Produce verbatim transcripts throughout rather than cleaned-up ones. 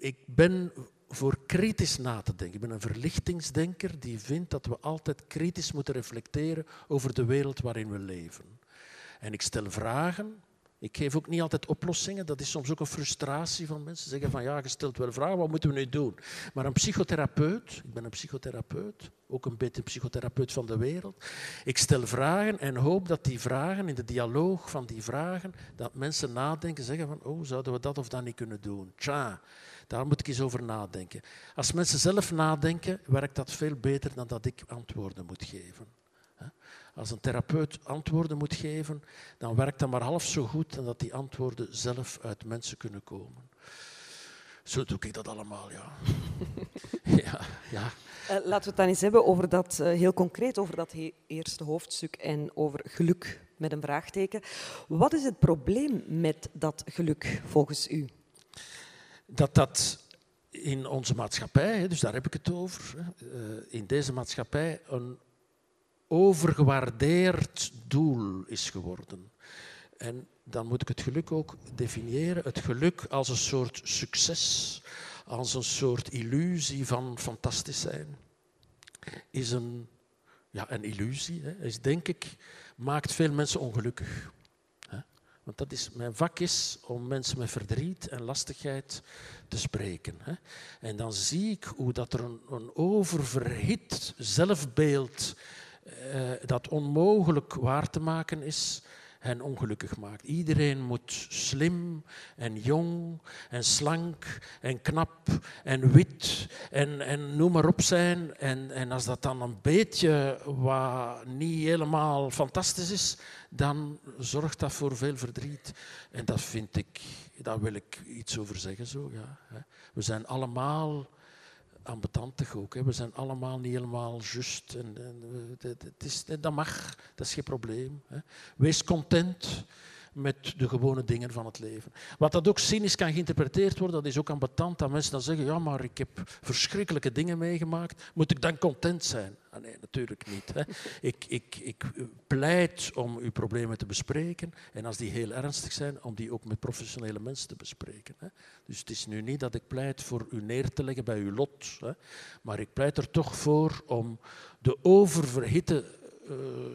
ik ben voor kritisch na te denken. Ik ben een verlichtingsdenker die vindt dat we altijd kritisch moeten reflecteren over de wereld waarin we leven. En ik stel vragen. Ik geef ook niet altijd oplossingen. Dat is soms ook een frustratie van mensen. Ze zeggen van ja, je stelt wel vragen, wat moeten we nu doen? Maar een psychotherapeut, ik ben een psychotherapeut, ook een beetje een psychotherapeut van de wereld. Ik stel vragen en hoop dat die vragen, in de dialoog van die vragen, dat mensen nadenken, zeggen van oh, zouden we dat of dat niet kunnen doen? Tja, daar moet ik eens over nadenken. Als mensen zelf nadenken, werkt dat veel beter dan dat ik antwoorden moet geven. Als een therapeut antwoorden moet geven, dan werkt dat maar half zo goed dan dat die antwoorden zelf uit mensen kunnen komen. Zo doe ik dat allemaal, ja. ja, ja. Uh, laten we het dan eens hebben over dat, uh, heel concreet over dat he- eerste hoofdstuk en over geluk met een vraagteken. Wat is het probleem met dat geluk volgens u? Dat dat in onze maatschappij, dus daar heb ik het over, in deze maatschappij een overgewaardeerd doel is geworden. En dan moet ik het geluk ook definiëren. Het geluk als een soort succes, als een soort illusie van fantastisch zijn, is een, ja, een illusie. Hè. Is, denk ik, maakt veel mensen ongelukkig. Hè. Want dat is, mijn vak is om mensen met verdriet en lastigheid te spreken. Hè. En dan zie ik hoe dat er een, een oververhit zelfbeeld Uh, dat onmogelijk waar te maken is, hen ongelukkig maakt. Iedereen moet slim en jong en slank en knap en wit en, en noem maar op zijn. En, en als dat dan een beetje wat niet helemaal fantastisch is, dan zorgt dat voor veel verdriet. En dat vind ik, daar wil ik iets over zeggen. Zo, ja, hè. We zijn allemaal ambetantig ook. Hè. We zijn allemaal niet helemaal juist. En, en, het, het is, dat mag, dat is geen probleem. Hè. Wees content met de gewone dingen van het leven. Wat dat ook cynisch kan geïnterpreteerd worden, dat is ook ambetant, dat mensen dan zeggen, ja, maar ik heb verschrikkelijke dingen meegemaakt, moet ik dan content zijn? Ah, nee, natuurlijk niet. Hè. Ik, ik, ik pleit om uw problemen te bespreken en als die heel ernstig zijn, om die ook met professionele mensen te bespreken. Hè. Dus het is nu niet dat ik pleit voor u neer te leggen bij uw lot, hè, maar ik pleit er toch voor om de oververhitte uh,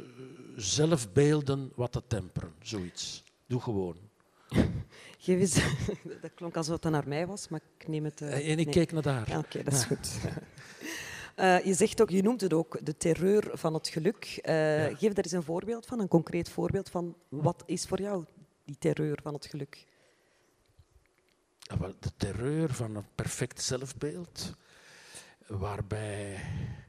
zelfbeelden wat te temperen, zoiets. Doe gewoon. Geef eens, dat klonk alsof het naar mij was, maar ik neem het... Uh, en ik nee. keek naar daar. Ja, Oké, okay, dat is goed. Uh, je zegt ook, je noemt het ook de terreur van het geluk. Uh, ja. Geef daar eens een voorbeeld van, een concreet voorbeeld van wat is voor jou die terreur van het geluk? Ja, wel, de terreur van een perfect zelfbeeld, waarbij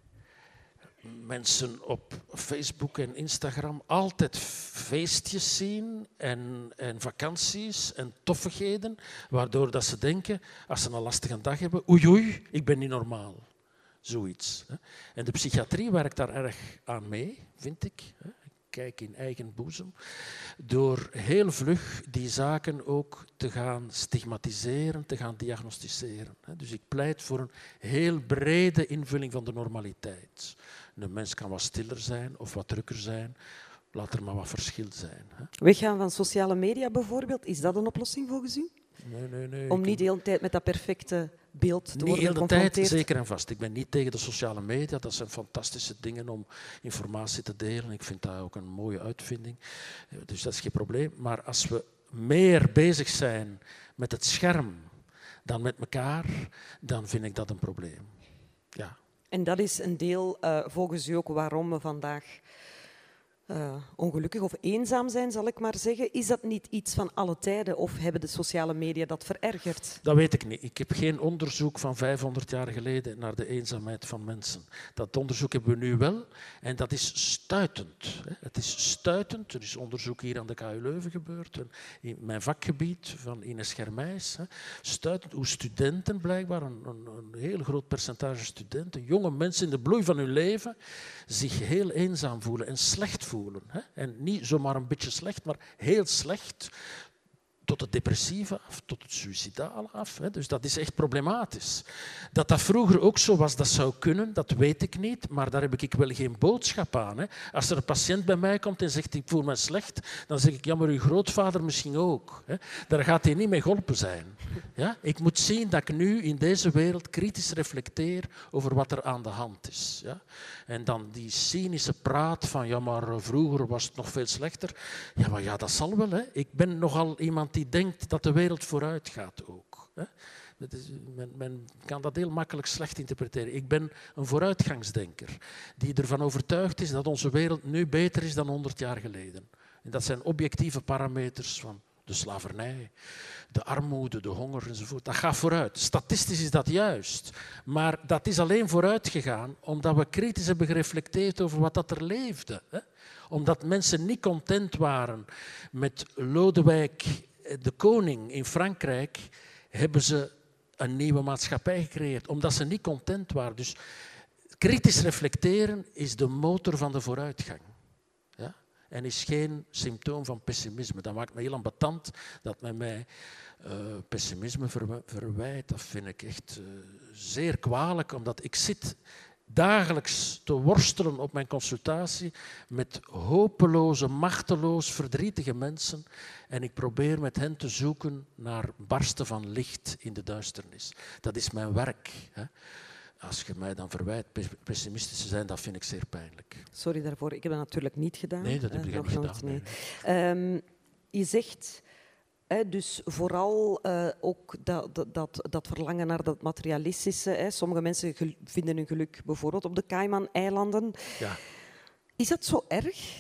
mensen op Facebook en Instagram altijd feestjes zien en, en vakanties en toffigheden, waardoor dat ze denken, als ze een lastige dag hebben, oei oei, ik ben niet normaal. Zoiets. En de psychiatrie werkt daar erg aan mee, vind ik. Kijk in eigen boezem. Door heel vlug die zaken ook te gaan stigmatiseren, te gaan diagnosticeren. Dus ik pleit voor een heel brede invulling van de normaliteit. Een mens kan wat stiller zijn of wat drukker zijn. Laat er maar wat verschil zijn. Weggaan van sociale media bijvoorbeeld, is dat een oplossing volgens u? Nee, nee, nee. Om niet de hele tijd met dat perfecte beeld te worden geconfronteerd? Niet de hele tijd, zeker en vast. Ik ben niet tegen de sociale media. Dat zijn fantastische dingen om informatie te delen. Ik vind dat ook een mooie uitvinding. Dus dat is geen probleem. Maar als we meer bezig zijn met het scherm dan met elkaar, dan vind ik dat een probleem. Ja. En dat is een deel, uh, volgens u ook, waarom we vandaag uh, ongelukkig of eenzaam zijn, zal ik maar zeggen. Is dat niet iets van alle tijden of hebben de sociale media dat verergerd? Dat weet ik niet. Ik heb geen onderzoek van vijfhonderd jaar geleden naar de eenzaamheid van mensen. Dat onderzoek hebben we nu wel en dat is stuitend. Het is stuitend. Er is onderzoek hier aan de K U Leuven gebeurd, in mijn vakgebied van Ines Germijs. Stuitend hoe studenten blijkbaar, een, een, een heel groot percentage studenten, jonge mensen in de bloei van hun leven, zich heel eenzaam voelen en slecht voelen. Hè? En niet zomaar een beetje slecht, maar heel slecht. tot het depressieve af, tot het suïcidale af. Hè. Dus dat is echt problematisch. Dat dat vroeger ook zo was, dat zou kunnen, dat weet ik niet, maar daar heb ik wel geen boodschap aan. Hè. Als er een patiënt bij mij komt en zegt, ik voel me slecht, dan zeg ik, ja, maar uw grootvader misschien ook. Hè. Daar gaat hij niet mee geholpen zijn. Ja. Ik moet zien dat ik nu in deze wereld kritisch reflecteer over wat er aan de hand is. Ja. En dan die cynische praat van, ja, maar vroeger was het nog veel slechter. Ja, maar ja, dat zal wel. Hè. Ik ben nogal iemand die denkt dat de wereld vooruit gaat ook. Hè. Dat is, men, men kan dat heel makkelijk slecht interpreteren. Ik ben een vooruitgangsdenker die ervan overtuigd is dat onze wereld nu beter is dan honderd jaar geleden. En dat zijn objectieve parameters van de slavernij, de armoede, de honger enzovoort. Dat gaat vooruit. Statistisch is dat juist. Maar dat is alleen vooruit gegaan omdat we kritisch hebben gereflecteerd over wat dat er leefde. Hè? Omdat mensen niet content waren met Lodewijk de Koning in Frankrijk, hebben ze een nieuwe maatschappij gecreëerd. Omdat ze niet content waren. Dus kritisch reflecteren is de motor van de vooruitgang. Ja? En is geen symptoom van pessimisme. Dat maakt me heel ambetant dat men mij uh, pessimisme verw- verwijt. Dat vind ik echt uh, zeer kwalijk, omdat ik zit dagelijks te worstelen op mijn consultatie met hopeloze, machteloos, verdrietige mensen. En ik probeer met hen te zoeken naar barsten van licht in de duisternis. Dat is mijn werk. Hè. Als je mij dan verwijt pessimistisch te zijn, dat vind ik zeer pijnlijk. Sorry daarvoor, ik heb dat natuurlijk niet gedaan. Nee, dat heb uh, ik niet nooit, gedaan. Nee. Nee. Um, je zegt hè, dus vooral uh, ook dat, dat, dat, dat verlangen naar dat materialistische. Hè. Sommige mensen gel- vinden hun geluk bijvoorbeeld op de Cayman-eilanden. Ja. Is dat zo erg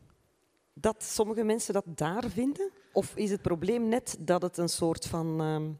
dat sommige mensen dat daar vinden? Of is het probleem net dat het een soort van Um,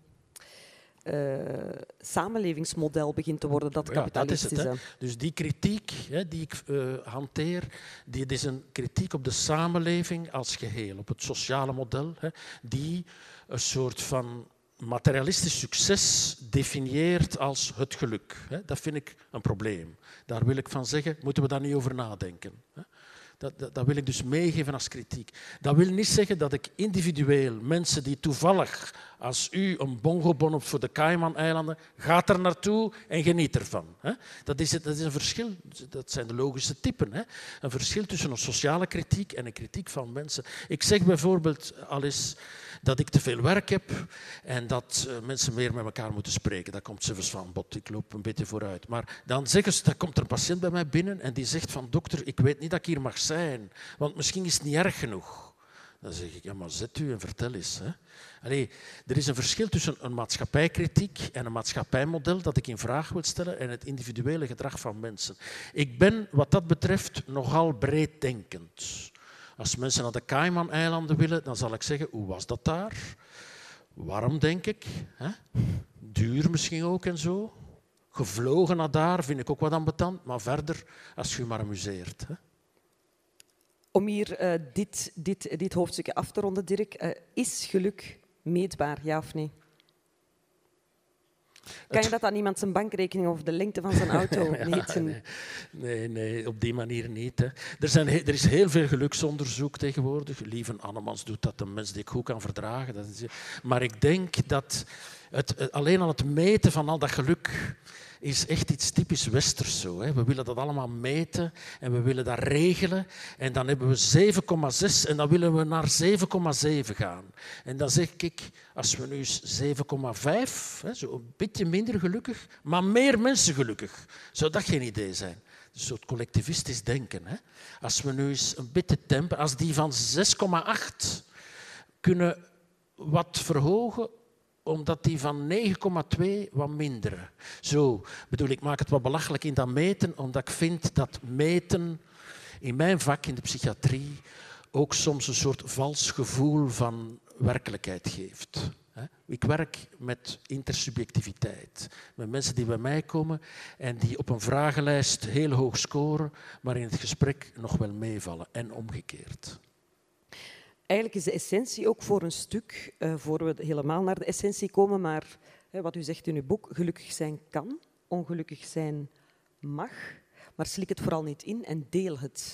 Uh, samenlevingsmodel begint te worden, dat kapitalistische? Ja, dat is het, hè. Dus die kritiek hè, die ik uh, hanteer, die is een kritiek op de samenleving als geheel, op het sociale model, hè, die een soort van materialistisch succes definieert als het geluk. Hè. Dat vind ik een probleem. Daar wil ik van zeggen, moeten we daar niet over nadenken. Hè. Dat, dat, dat wil ik dus meegeven als kritiek. Dat wil niet zeggen dat ik individueel mensen die toevallig als u een bongobon op voor de Cayman-eilanden, gaat er naartoe en geniet ervan. Hè? Dat, is, dat is een verschil, dat zijn de logische typen. Hè? Een verschil tussen een sociale kritiek en een kritiek van mensen. Ik zeg bijvoorbeeld al eens dat ik te veel werk heb en dat uh, mensen meer met elkaar moeten spreken. Dat komt zelfs van bod, ik loop een beetje vooruit. Maar dan, zeggen ze, dan komt er een patiënt bij mij binnen en die zegt van dokter, ik weet niet dat ik hier mag zijn, want misschien is het niet erg genoeg. Dan zeg ik, ja, maar zet u en vertel eens. Hè. Allee, er is een verschil tussen een maatschappijkritiek en een maatschappijmodel dat ik in vraag wil stellen en het individuele gedrag van mensen. Ik ben wat dat betreft nogal breeddenkend. Als mensen naar de Cayman-eilanden willen, dan zal ik zeggen, hoe was dat daar? Warm, denk ik. Hè? Duur misschien ook en zo. Gevlogen naar daar vind ik ook wat ambetant, maar verder als je je maar amuseert. Hè? Om hier uh, dit, dit, dit hoofdstukje af te ronden, Dirk, uh, is geluk meetbaar, ja of nee? Kan je dat aan iemand zijn bankrekening of de lengte van zijn auto meten? Ja, nee, nee, nee, op die manier niet. Hè. Er, zijn, er is heel veel geluksonderzoek tegenwoordig. Lieve Annemans doet dat, een mens die ik goed kan verdragen. Dat is, maar ik denk dat het, alleen al het meten van al dat geluk is echt iets typisch westers zo. Hè. We willen dat allemaal meten en we willen dat regelen. En dan hebben we zeven komma zes en dan willen we naar zeven komma zeven gaan. En dan zeg ik, als we nu zeven komma vijf, zo een beetje minder gelukkig, maar meer mensen gelukkig, zou dat geen idee zijn? Een soort collectivistisch denken. Hè. Als we nu eens een beetje tempen, als die van zes komma acht kunnen wat verhogen, omdat die van negen komma twee wat minderen. Zo, bedoel, ik maak het wat belachelijk in dat meten, omdat ik vind dat meten in mijn vak, in de psychiatrie, ook soms een soort vals gevoel van werkelijkheid geeft. Ik werk met intersubjectiviteit. Met mensen die bij mij komen en die op een vragenlijst heel hoog scoren, maar in het gesprek nog wel meevallen en omgekeerd. Eigenlijk is de essentie ook voor een stuk, uh, voor we helemaal naar de essentie komen, maar hè, wat u zegt in uw boek, gelukkig zijn kan, ongelukkig zijn mag, maar slik het vooral niet in en deel het.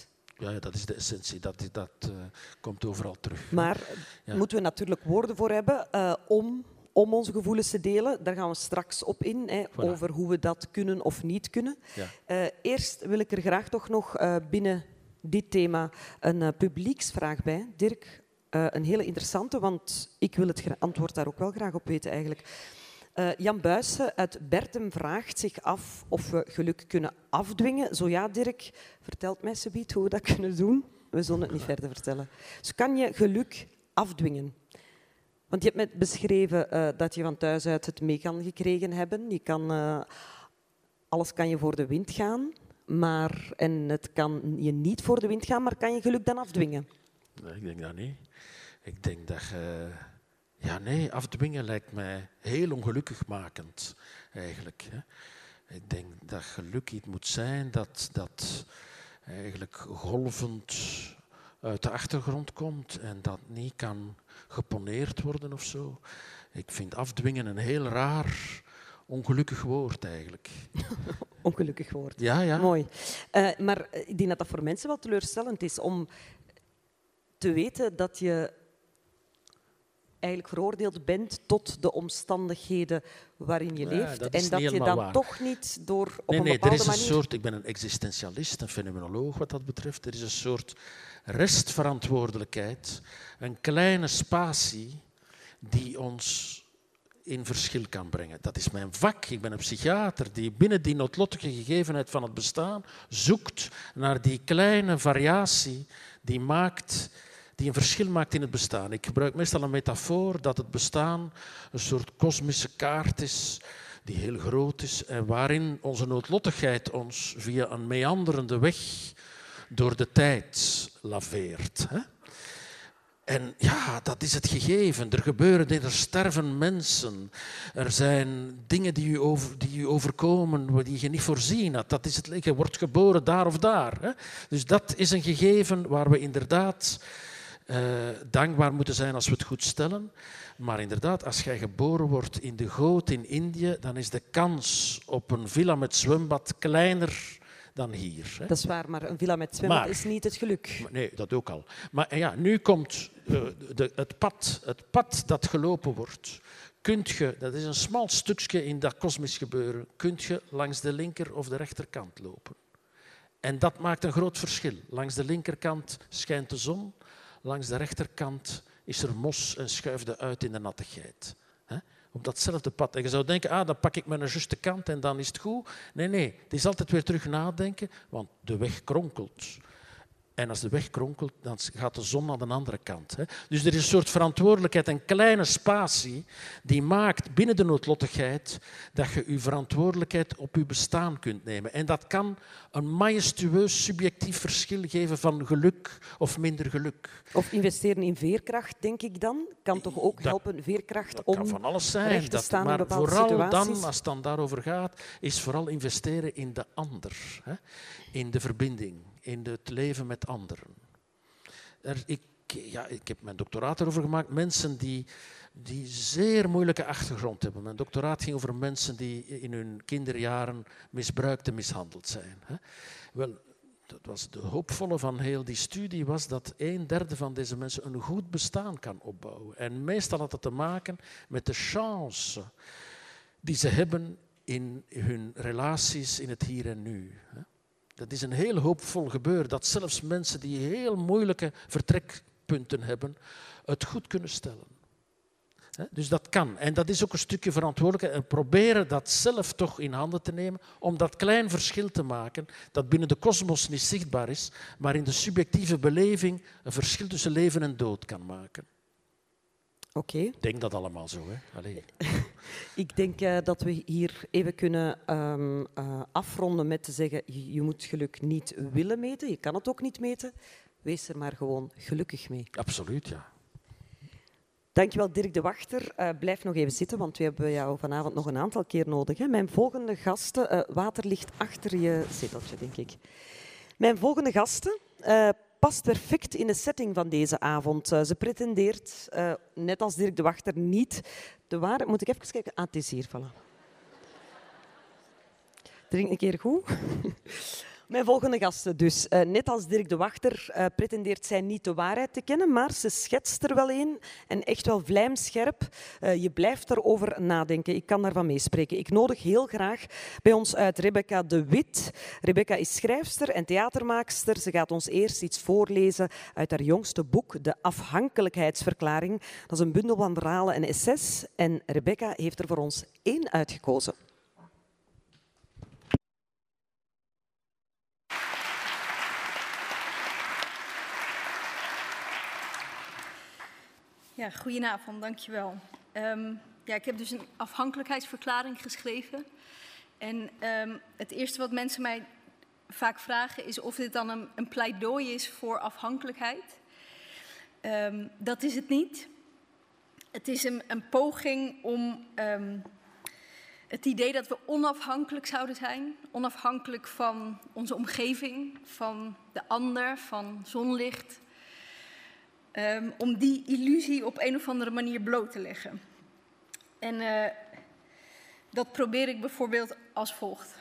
ja, dat is de essentie. Dat, dat uh, komt overal terug. Maar ja. moeten we natuurlijk woorden voor hebben uh, om, om onze gevoelens te delen. Daar gaan we straks op in, hè, voilà. over hoe we dat kunnen of niet kunnen. Ja. Uh, eerst wil ik er graag toch nog uh, binnen dit thema een uh, publieksvraag bij. Dirk, uh, een hele interessante, want ik wil het antwoord daar ook wel graag op weten eigenlijk. Uh, Jan Buijsen uit Bertem vraagt zich af of we geluk kunnen afdwingen. Zo ja, Dirk, vertelt mij subiet hoe we dat kunnen doen. We zullen het niet verder vertellen. Dus kan je geluk afdwingen? Want je hebt net beschreven uh, dat je van thuis uit het mee kan gekregen hebben. Je kan, uh, alles kan je voor de wind gaan, maar, en het kan je niet voor de wind gaan, maar kan je geluk dan afdwingen? Nee, ik denk dat niet. Ik denk dat je... Ja, nee, afdwingen lijkt mij heel ongelukkigmakend, eigenlijk. Hè. Ik denk dat geluk iets moet zijn dat, dat eigenlijk golvend uit de achtergrond komt en dat niet kan geponeerd worden of zo. Ik vind afdwingen een heel raar, ongelukkig woord, eigenlijk. Ongelukkig woord. Ja, ja. Mooi. Uh, maar ik denk dat dat voor mensen wel teleurstellend is om te weten dat je eigenlijk veroordeeld bent tot de omstandigheden waarin je ja, leeft. Dat en dat je dan waar. toch niet door op nee, een nee, bepaalde er is een manier... soort, ik ben een existentialist, een fenomenoloog wat dat betreft. Er is een soort restverantwoordelijkheid, een kleine spatie die ons in verschil kan brengen. Dat is mijn vak. Ik ben een psychiater die binnen die noodlottige gegevenheid van het bestaan zoekt naar die kleine variatie die maakt... die een verschil maakt in het bestaan. Ik gebruik meestal een metafoor dat het bestaan een soort kosmische kaart is die heel groot is en waarin onze noodlottigheid ons via een meanderende weg door de tijd laveert. Hè? En ja, dat is het gegeven. Er gebeuren dingen, er sterven mensen. Er zijn dingen die u, over, die u overkomen die je niet voorzien had. Dat is het, je wordt geboren daar of daar. Hè? Dus dat is een gegeven waar we inderdaad... Uh, dankbaar moeten zijn als we het goed stellen. Maar inderdaad, als jij geboren wordt in de goot in Indië, dan is de kans op een villa met zwembad kleiner dan hier. Hè. Dat is waar, maar een villa met zwembad maar, is niet het geluk. Maar, nee, dat ook al. Maar ja, nu komt uh, de, het, pad, het pad dat gelopen wordt. Kunt je, dat is een smal stukje in dat kosmisch gebeuren, kunt je langs de linker of de rechterkant lopen. En dat maakt een groot verschil. Langs de linkerkant schijnt de zon. Langs de rechterkant is er mos en schuift het uit in de nattigheid. He? Op datzelfde pad. En je zou denken, ah, dan pak ik mijn juiste kant en dan is het goed. Nee, nee, het is altijd weer terug nadenken, want de weg kronkelt. En als de weg kronkelt, dan gaat de zon aan de andere kant. Hè. Dus er is een soort verantwoordelijkheid, een kleine spatie die maakt binnen de noodlottigheid dat je je verantwoordelijkheid op je bestaan kunt nemen. En dat kan een majestueus subjectief verschil geven van geluk of minder geluk. Of investeren in veerkracht, denk ik dan, kan toch ook dat, helpen, veerkracht dat om kan van alles zijn. recht te dat, staan maar in bepaalde vooral situaties. Dan, als het dan daarover gaat, is vooral investeren in de ander. Hè. In de verbinding, in het leven met anderen. Er, ik, ja, ik heb mijn doctoraat erover gemaakt. Mensen die, die zeer moeilijke achtergrond hebben. Mijn doctoraat ging over mensen die in hun kinderjaren misbruikt en mishandeld zijn. Hè. Wel, dat was de hoopvolle van heel die studie was dat een derde van deze mensen een goed bestaan kan opbouwen. En meestal had het te maken met de chance die ze hebben in hun relaties in het hier en nu. Hè. Dat is een heel hoopvol gebeuren, dat zelfs mensen die heel moeilijke vertrekpunten hebben, het goed kunnen stellen. Dus dat kan. En dat is ook een stukje verantwoordelijkheid. En proberen dat zelf toch in handen te nemen, om dat klein verschil te maken, dat binnen de kosmos niet zichtbaar is, maar in de subjectieve beleving een verschil tussen leven en dood kan maken. Oké. Okay. Ik denk dat allemaal zo, hè? Allee. Ik denk uh, dat we hier even kunnen um, uh, afronden met te zeggen, je, je moet geluk niet willen meten, je kan het ook niet meten. Wees er maar gewoon gelukkig mee. Absoluut, ja. Dankjewel Dirk de Wachter. Uh, blijf nog even zitten, want we hebben jou vanavond nog een aantal keer nodig. Hè. Mijn volgende gasten, uh, water ligt achter je zeteltje, denk ik. Mijn volgende gasten uh, past perfect in de setting van deze avond. Uh, ze pretendeert, uh, net als Dirk de Wachter, niet de waarheid. Moet ik even kijken? Ah, het is hier, voilà. Drink een keer goed. Mijn volgende gasten dus. Uh, net als Dirk de Wachter uh, pretendeert zij niet de waarheid te kennen, maar ze schetst er wel een en echt wel vlijmscherp. Uh, je blijft erover nadenken. Ik kan daarvan meespreken. Ik nodig heel graag bij ons uit Rebecca de Wit. Rebecca is schrijfster en theatermaakster. Ze gaat ons eerst iets voorlezen uit haar jongste boek, De Afhankelijkheidsverklaring. Dat is een bundel van verhalen en essays. En Rebecca heeft er voor ons één uitgekozen. Ja, goedenavond, dankjewel. Um, ja, ik heb dus een afhankelijkheidsverklaring geschreven. En um, het eerste wat mensen mij vaak vragen is of dit dan een, een pleidooi is voor afhankelijkheid. Um, dat is het niet. Het is een, een poging om um, het idee dat we onafhankelijk zouden zijn. Onafhankelijk van onze omgeving, van de ander, van zonlicht. Um, om die illusie op een of andere manier bloot te leggen. En uh, dat probeer ik bijvoorbeeld als volgt.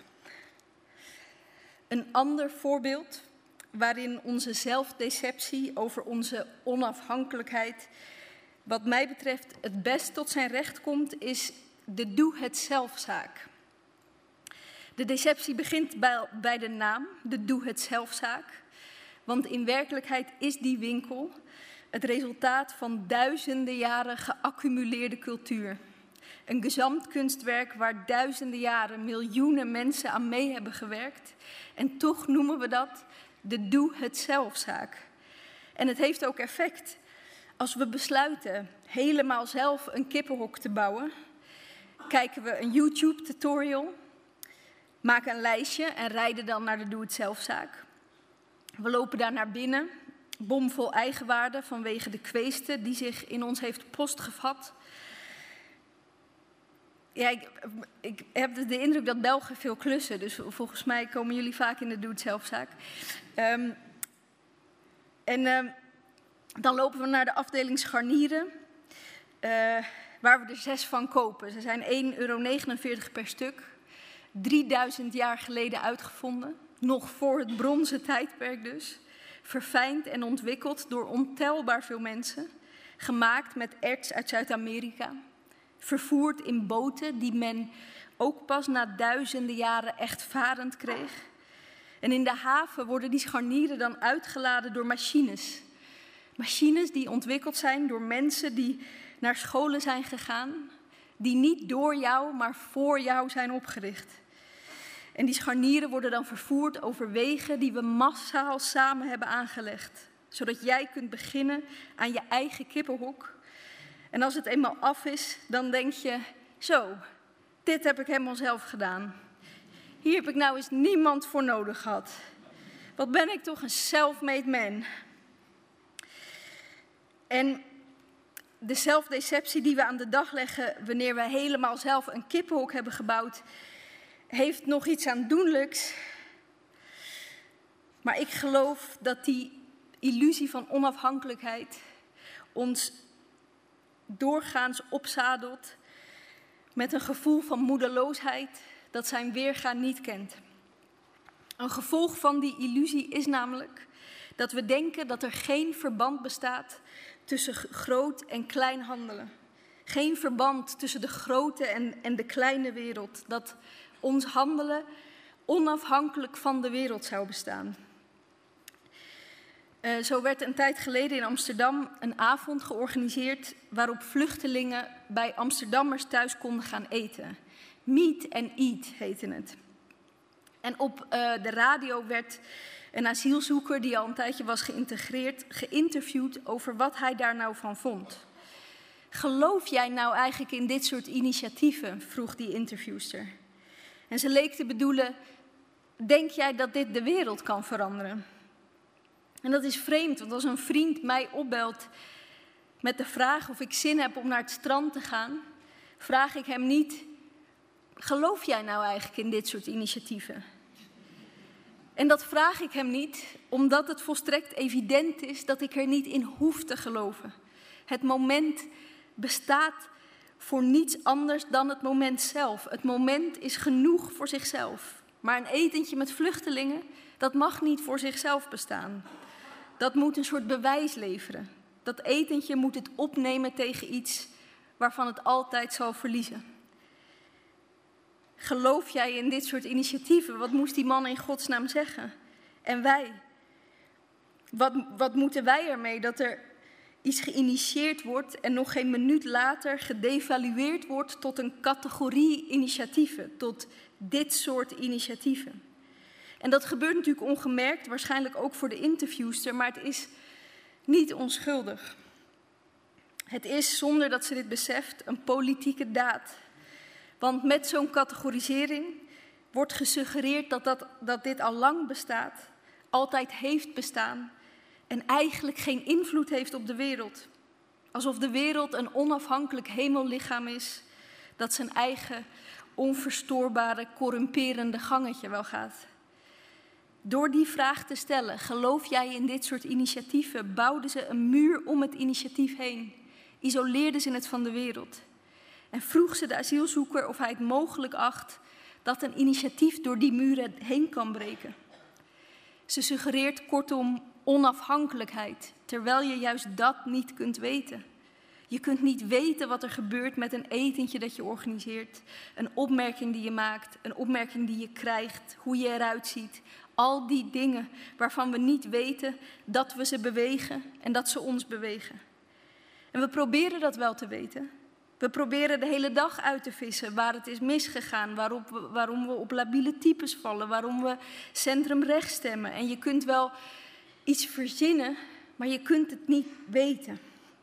Een ander voorbeeld waarin onze zelfdeceptie over onze onafhankelijkheid, wat mij betreft, het best tot zijn recht komt, is de doe-het-zelfzaak. De deceptie begint bij, bij de naam, de doe-het-zelfzaak. Want in werkelijkheid is die winkel het resultaat van duizenden jaren geaccumuleerde cultuur. Een gezamtkunstwerk waar duizenden jaren miljoenen mensen aan mee hebben gewerkt. En toch noemen we dat de doe-het-zelfzaak. En het heeft ook effect. Als we besluiten helemaal zelf een kippenhok te bouwen, kijken we een YouTube-tutorial, maken een lijstje en rijden dan naar de doe-het-zelfzaak. We lopen daar naar binnen, bomvol eigenwaarde vanwege de kweeste die zich in ons heeft postgevat. Ja, ik, ik heb de indruk dat Belgen veel klussen, dus volgens mij komen jullie vaak in de doe-het-zelfzaak. Um, en uh, dan lopen we naar de afdeling scharnieren, uh, waar we er zes van kopen. Ze zijn één euro negenenveertig per stuk, drieduizend jaar geleden uitgevonden, nog voor het bronzen tijdperk dus. Verfijnd en ontwikkeld door ontelbaar veel mensen, gemaakt met erts uit Zuid-Amerika, vervoerd in boten die men ook pas na duizenden jaren echt varend kreeg. En in de haven worden die scharnieren dan uitgeladen door machines. Machines die ontwikkeld zijn door mensen die naar scholen zijn gegaan, die niet door jou, maar voor jou zijn opgericht. En die scharnieren worden dan vervoerd over wegen die we massaal samen hebben aangelegd. Zodat jij kunt beginnen aan je eigen kippenhok. En als het eenmaal af is, dan denk je, zo, dit heb ik helemaal zelf gedaan. Hier heb ik nou eens niemand voor nodig gehad. Wat ben ik toch een self-made man. En de zelfdeceptie die we aan de dag leggen wanneer we helemaal zelf een kippenhok hebben gebouwd, heeft nog iets aandoenlijks. Maar ik geloof dat die illusie van onafhankelijkheid ons doorgaans opzadelt met een gevoel van moedeloosheid dat zijn weerga niet kent. Een gevolg van die illusie is namelijk dat we denken dat er geen verband bestaat tussen groot en klein handelen. Geen verband tussen de grote en, en de kleine wereld. Dat ons handelen onafhankelijk van de wereld zou bestaan. Uh, zo werd een tijd geleden in Amsterdam een avond georganiseerd waarop vluchtelingen bij Amsterdammers thuis konden gaan eten. Meet and Eat heette het. En op uh, de radio werd een asielzoeker die al een tijdje was geïntegreerd, geïnterviewd over wat hij daar nou van vond. Geloof jij nou eigenlijk in dit soort initiatieven? Vroeg die interviewster. En ze leek te bedoelen, denk jij dat dit de wereld kan veranderen? En dat is vreemd, want als een vriend mij opbelt met de vraag of ik zin heb om naar het strand te gaan, vraag ik hem niet, geloof jij nou eigenlijk in dit soort initiatieven? En dat vraag ik hem niet, omdat het volstrekt evident is dat ik er niet in hoef te geloven. Het moment bestaat voor niets anders dan het moment zelf. Het moment is genoeg voor zichzelf. Maar een etentje met vluchtelingen, dat mag niet voor zichzelf bestaan. Dat moet een soort bewijs leveren. Dat etentje moet het opnemen tegen iets waarvan het altijd zal verliezen. Geloof jij in dit soort initiatieven? Wat moest die man in godsnaam zeggen? En wij? Wat, wat moeten wij ermee dat er iets geïnitieerd wordt en nog geen minuut later gedevalueerd wordt tot een categorie initiatieven, tot dit soort initiatieven? En dat gebeurt natuurlijk ongemerkt, waarschijnlijk ook voor de interviewster, maar het is niet onschuldig. Het is, zonder dat ze dit beseft, een politieke daad. Want met zo'n categorisering wordt gesuggereerd dat, dat, dat dit al lang bestaat, altijd heeft bestaan en eigenlijk geen invloed heeft op de wereld. Alsof de wereld een onafhankelijk hemellichaam is dat zijn eigen onverstoorbare, corrumperende gangetje wel gaat. Door die vraag te stellen, geloof jij in dit soort initiatieven, bouwden ze een muur om het initiatief heen. Isoleerden ze het van de wereld. En vroeg ze de asielzoeker of hij het mogelijk acht dat een initiatief door die muren heen kan breken. Ze suggereert kortom onafhankelijkheid, terwijl je juist dat niet kunt weten. Je kunt niet weten wat er gebeurt met een etentje dat je organiseert, een opmerking die je maakt, een opmerking die je krijgt, hoe je eruit ziet. Al die dingen waarvan we niet weten dat we ze bewegen en dat ze ons bewegen. En we proberen dat wel te weten. We proberen de hele dag uit te vissen waar het is misgegaan, waarop we, waarom we op labiele types vallen, waarom we centrumrechts stemmen. En je kunt wel iets verzinnen, maar je kunt het niet weten.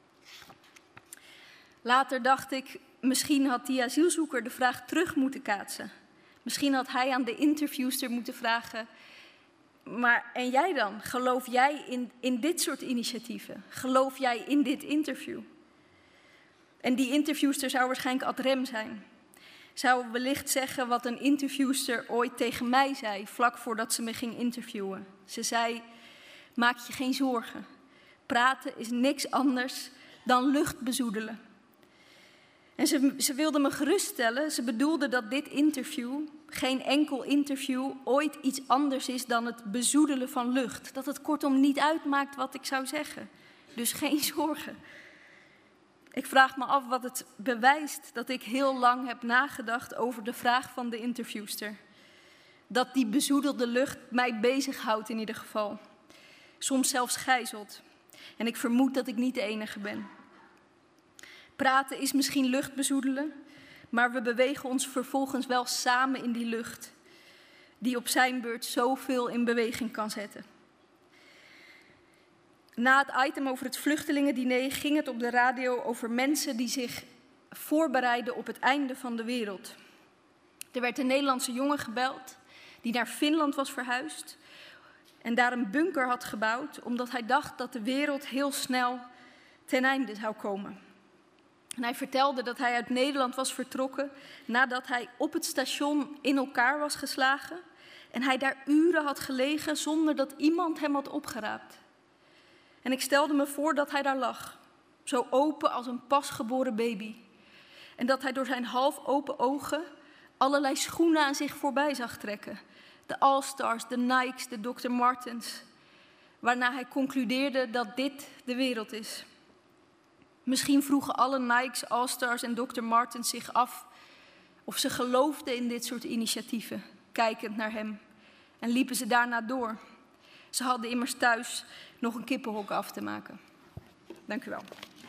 Later dacht ik, misschien had die asielzoeker de vraag terug moeten kaatsen. Misschien had hij aan de interviewster moeten vragen, maar en jij dan? Geloof jij in, in dit soort initiatieven? Geloof jij in dit interview? En die interviewster zou waarschijnlijk ad rem zijn. Zou wellicht zeggen wat een interviewster ooit tegen mij zei, vlak voordat ze me ging interviewen. Ze zei, maak je geen zorgen. Praten is niks anders dan lucht bezoedelen. En ze, ze wilde me geruststellen, ze bedoelde dat dit interview, geen enkel interview, ooit iets anders is dan het bezoedelen van lucht. Dat het kortom niet uitmaakt wat ik zou zeggen. Dus geen zorgen. Ik vraag me af wat het bewijst dat ik heel lang heb nagedacht over de vraag van de interviewster. Dat die bezoedelde lucht mij bezighoudt in ieder geval. Soms zelfs gijzelt. En ik vermoed dat ik niet de enige ben. Praten is misschien lucht bezoedelen, maar we bewegen ons vervolgens wel samen in die lucht, die op zijn beurt zoveel in beweging kan zetten. Na het item over het vluchtelingendiner ging het op de radio over mensen die zich voorbereiden op het einde van de wereld. Er werd een Nederlandse jongen gebeld die naar Finland was verhuisd en daar een bunker had gebouwd, omdat hij dacht dat de wereld heel snel ten einde zou komen. En hij vertelde dat hij uit Nederland was vertrokken nadat hij op het station in elkaar was geslagen en hij daar uren had gelegen zonder dat iemand hem had opgeraapt. En ik stelde me voor dat hij daar lag, zo open als een pasgeboren baby. En dat hij door zijn half open ogen allerlei schoenen aan zich voorbij zag trekken. De All-Stars, de Nikes, de dokter Martens. Waarna hij concludeerde dat dit de wereld is. Misschien vroegen alle Nikes, All-Stars en dokter Martens zich af of ze geloofden in dit soort initiatieven, kijkend naar hem. En liepen ze daarna door. Ze hadden immers thuis nog een kippenhok af te maken. Dank u wel.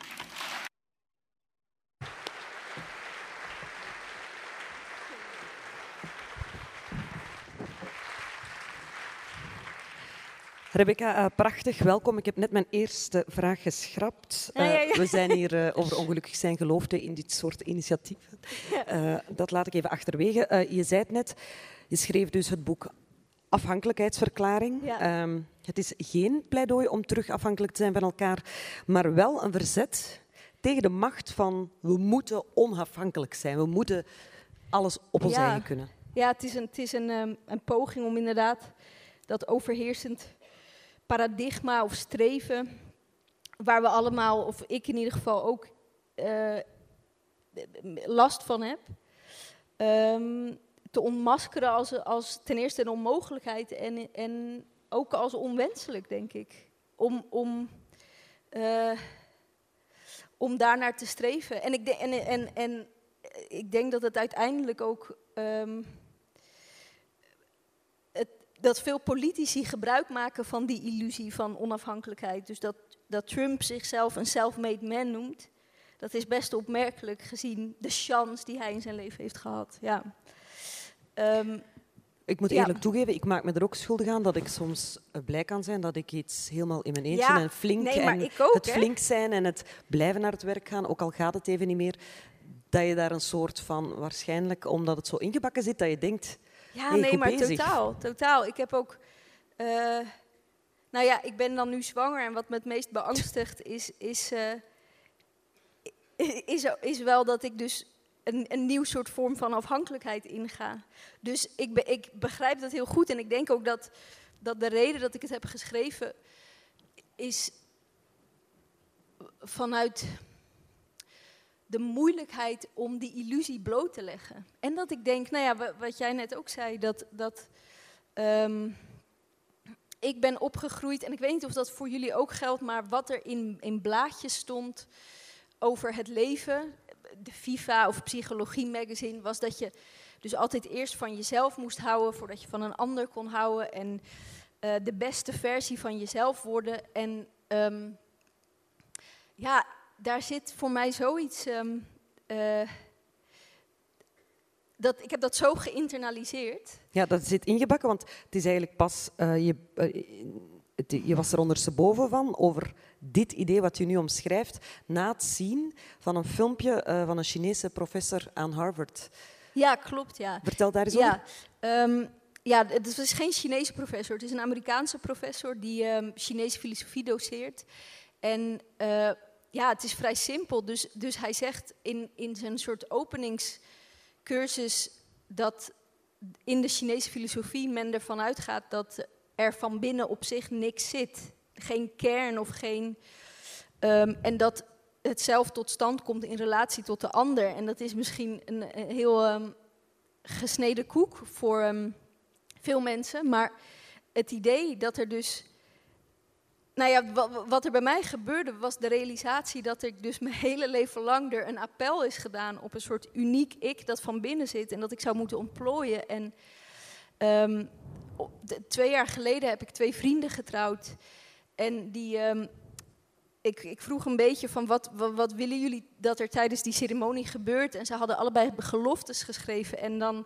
Rebecca, uh, prachtig, welkom. Ik heb net mijn eerste vraag geschrapt. Uh, ja, ja, ja. We zijn hier uh, over ongelukkig zijn geloofde in dit soort initiatieven. Uh, dat laat ik even achterwege. Uh, je zei het net, je schreef dus het boek Afhankelijkheidsverklaring. Ja. Um, het is geen pleidooi om terug afhankelijk te zijn van elkaar, maar wel een verzet tegen de macht van we moeten onafhankelijk zijn. We moeten alles op ons ja. eigen kunnen. Ja, het is, een, het is een, um, een poging om inderdaad dat overheersend paradigma of streven, waar we allemaal, of ik in ieder geval ook, uh, last van heb, um, te ontmaskeren als, als ten eerste een onmogelijkheid en, en ook als onwenselijk, denk ik. Om, om, uh, om daarnaar te streven. En ik, de, en, en, en ik denk dat het uiteindelijk ook... Um, het, dat veel politici gebruik maken van die illusie van onafhankelijkheid. Dus dat, dat Trump zichzelf een self-made man noemt... Dat is best opmerkelijk gezien de chance die hij in zijn leven heeft gehad. Ja. Um, ik moet eerlijk ja. toegeven, ik maak me er ook schuldig aan dat ik soms blij kan zijn dat ik iets helemaal in mijn eentje ja, en flink nee, maar en ik ook, het hè? flink zijn en het blijven naar het werk gaan, ook al gaat het even niet meer, dat je daar een soort van, waarschijnlijk omdat het zo ingebakken zit, dat je denkt, ja, hey, nee, goed maar bezig. totaal, totaal. Ik heb ook, uh, nou ja, ik ben dan nu zwanger en wat me het meest beangstigt is, is, uh, is, is wel dat ik dus Een, een nieuw soort vorm van afhankelijkheid inga. Dus ik, be, ik begrijp dat heel goed. En ik denk ook dat, dat de reden dat ik het heb geschreven... is vanuit de moeilijkheid om die illusie bloot te leggen. En dat ik denk, nou ja, wat jij net ook zei... dat, dat um, ik ben opgegroeid... en ik weet niet of dat voor jullie ook geldt... maar wat er in, in blaadjes stond over het leven... de FIFA of Psychologie magazine, was dat je dus altijd eerst van jezelf moest houden voordat je van een ander kon houden en uh, de beste versie van jezelf worden. En um, ja, daar zit voor mij zoiets... Um, uh, dat, ik heb dat zo geïnternaliseerd. Ja, dat zit ingebakken, want het is eigenlijk pas... Uh, je, uh, het, je was er ondersteboven van over dit idee wat je nu omschrijft, na het zien van een filmpje uh, van een Chinese professor aan Harvard. Ja, klopt, ja. Vertel daar eens ja, over. Um, ja, het is geen Chinese professor, het is een Amerikaanse professor die um, Chinese filosofie doseert. En uh, ja, het is vrij simpel. Dus, dus hij zegt in, in zijn soort openingscursus dat in de Chinese filosofie men ervan uitgaat dat er van binnen op zich niks zit. Geen kern of geen... Um, en dat het zelf tot stand komt in relatie tot de ander. En dat is misschien een, een heel um, gesneden koek voor um, veel mensen. Maar het idee dat er dus... Nou ja, wat, wat er bij mij gebeurde was de realisatie dat ik dus mijn hele leven lang er een appel is gedaan op een soort uniek ik dat van binnen zit. En dat ik zou moeten ontplooien. En um, de, twee jaar geleden heb ik twee vrienden getrouwd. En die, um, ik, ik vroeg een beetje van wat, wat, wat willen jullie dat er tijdens die ceremonie gebeurt? En ze hadden allebei geloftes geschreven. En dan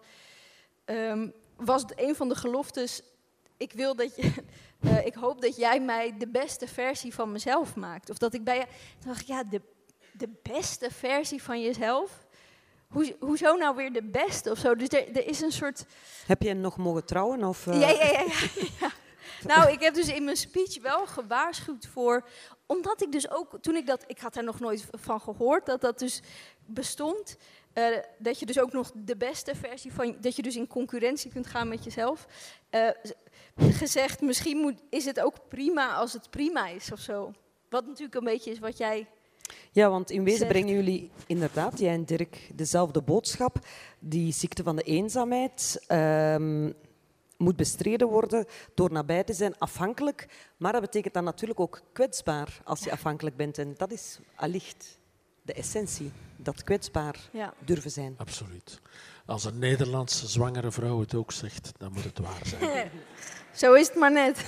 um, was het een van de geloftes, ik wil dat je, uh, ik hoop dat jij mij de beste versie van mezelf maakt. Of dat ik bij je, toen dacht ik, ja, de, de beste versie van jezelf? Hoe, hoezo nou weer de beste of zo? Dus er, er is een soort... Heb je hem nog mogen trouwen? Of, uh... Ja, ja, ja, ja, ja. Nou, ik heb dus in mijn speech wel gewaarschuwd voor... Omdat ik dus ook, toen ik dat... Ik had daar nog nooit van gehoord, dat dat dus bestond. Uh, dat je dus ook nog de beste versie van... Dat je dus in concurrentie kunt gaan met jezelf. Uh, gezegd, misschien moet, is het ook prima als het prima is of zo. Wat natuurlijk een beetje is wat jij... Ja, want in wezen zegt. brengen jullie inderdaad, jij en Dirk, dezelfde boodschap. Die ziekte van de eenzaamheid um, moet bestreden worden door nabij te zijn, afhankelijk. Maar dat betekent dan natuurlijk ook kwetsbaar als je afhankelijk bent. En dat is allicht de essentie, dat kwetsbaar ja. durven zijn. Absoluut. Als een Nederlandse zwangere vrouw het ook zegt, dan moet het waar zijn. Zo is het maar net.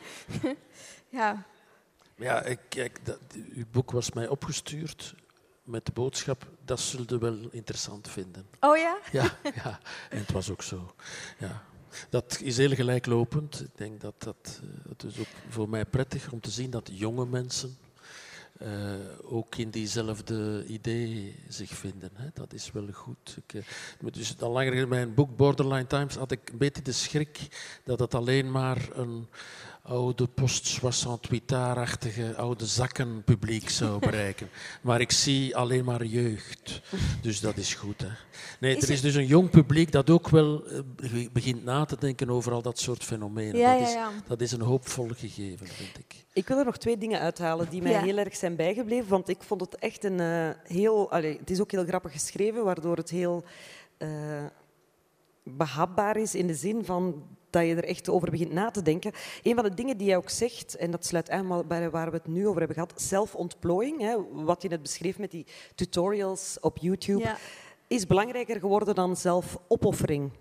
Ja. Ja, ik, kijk, dat, uw boek was mij opgestuurd met de boodschap, dat zult u wel interessant vinden. Oh ja? Ja, ja, en het was ook zo. Ja. Dat is heel gelijklopend. Ik denk dat dat, het is ook voor mij prettig om te zien dat jonge mensen uh, ook in diezelfde idee zich vinden. Hè. Dat is wel goed. Ik, uh, dus al langer in mijn boek Borderline Times had ik een beetje de schrik dat het alleen maar een oude post-soixante-huit-achtige oude zakkenpubliek zou bereiken. Maar ik zie alleen maar jeugd. Dus dat is goed. Hè. Nee, is er is het... dus een jong publiek dat ook wel uh, begint na te denken over al dat soort fenomenen. Ja, dat, is, ja, ja. dat is een hoopvol gegeven, vind ik. Ik wil er nog twee dingen uithalen die mij ja. heel erg zijn bijgebleven. Want ik vond het echt een uh, heel... Allee, het is ook heel grappig geschreven, waardoor het heel... Uh, behapbaar is in de zin van dat je er echt over begint na te denken. Een van de dingen die jij ook zegt, en dat sluit aan bij waar we het nu over hebben gehad, zelfontplooiing, hè, wat je net beschreef met die tutorials op YouTube, ja. is belangrijker geworden dan zelfopoffering.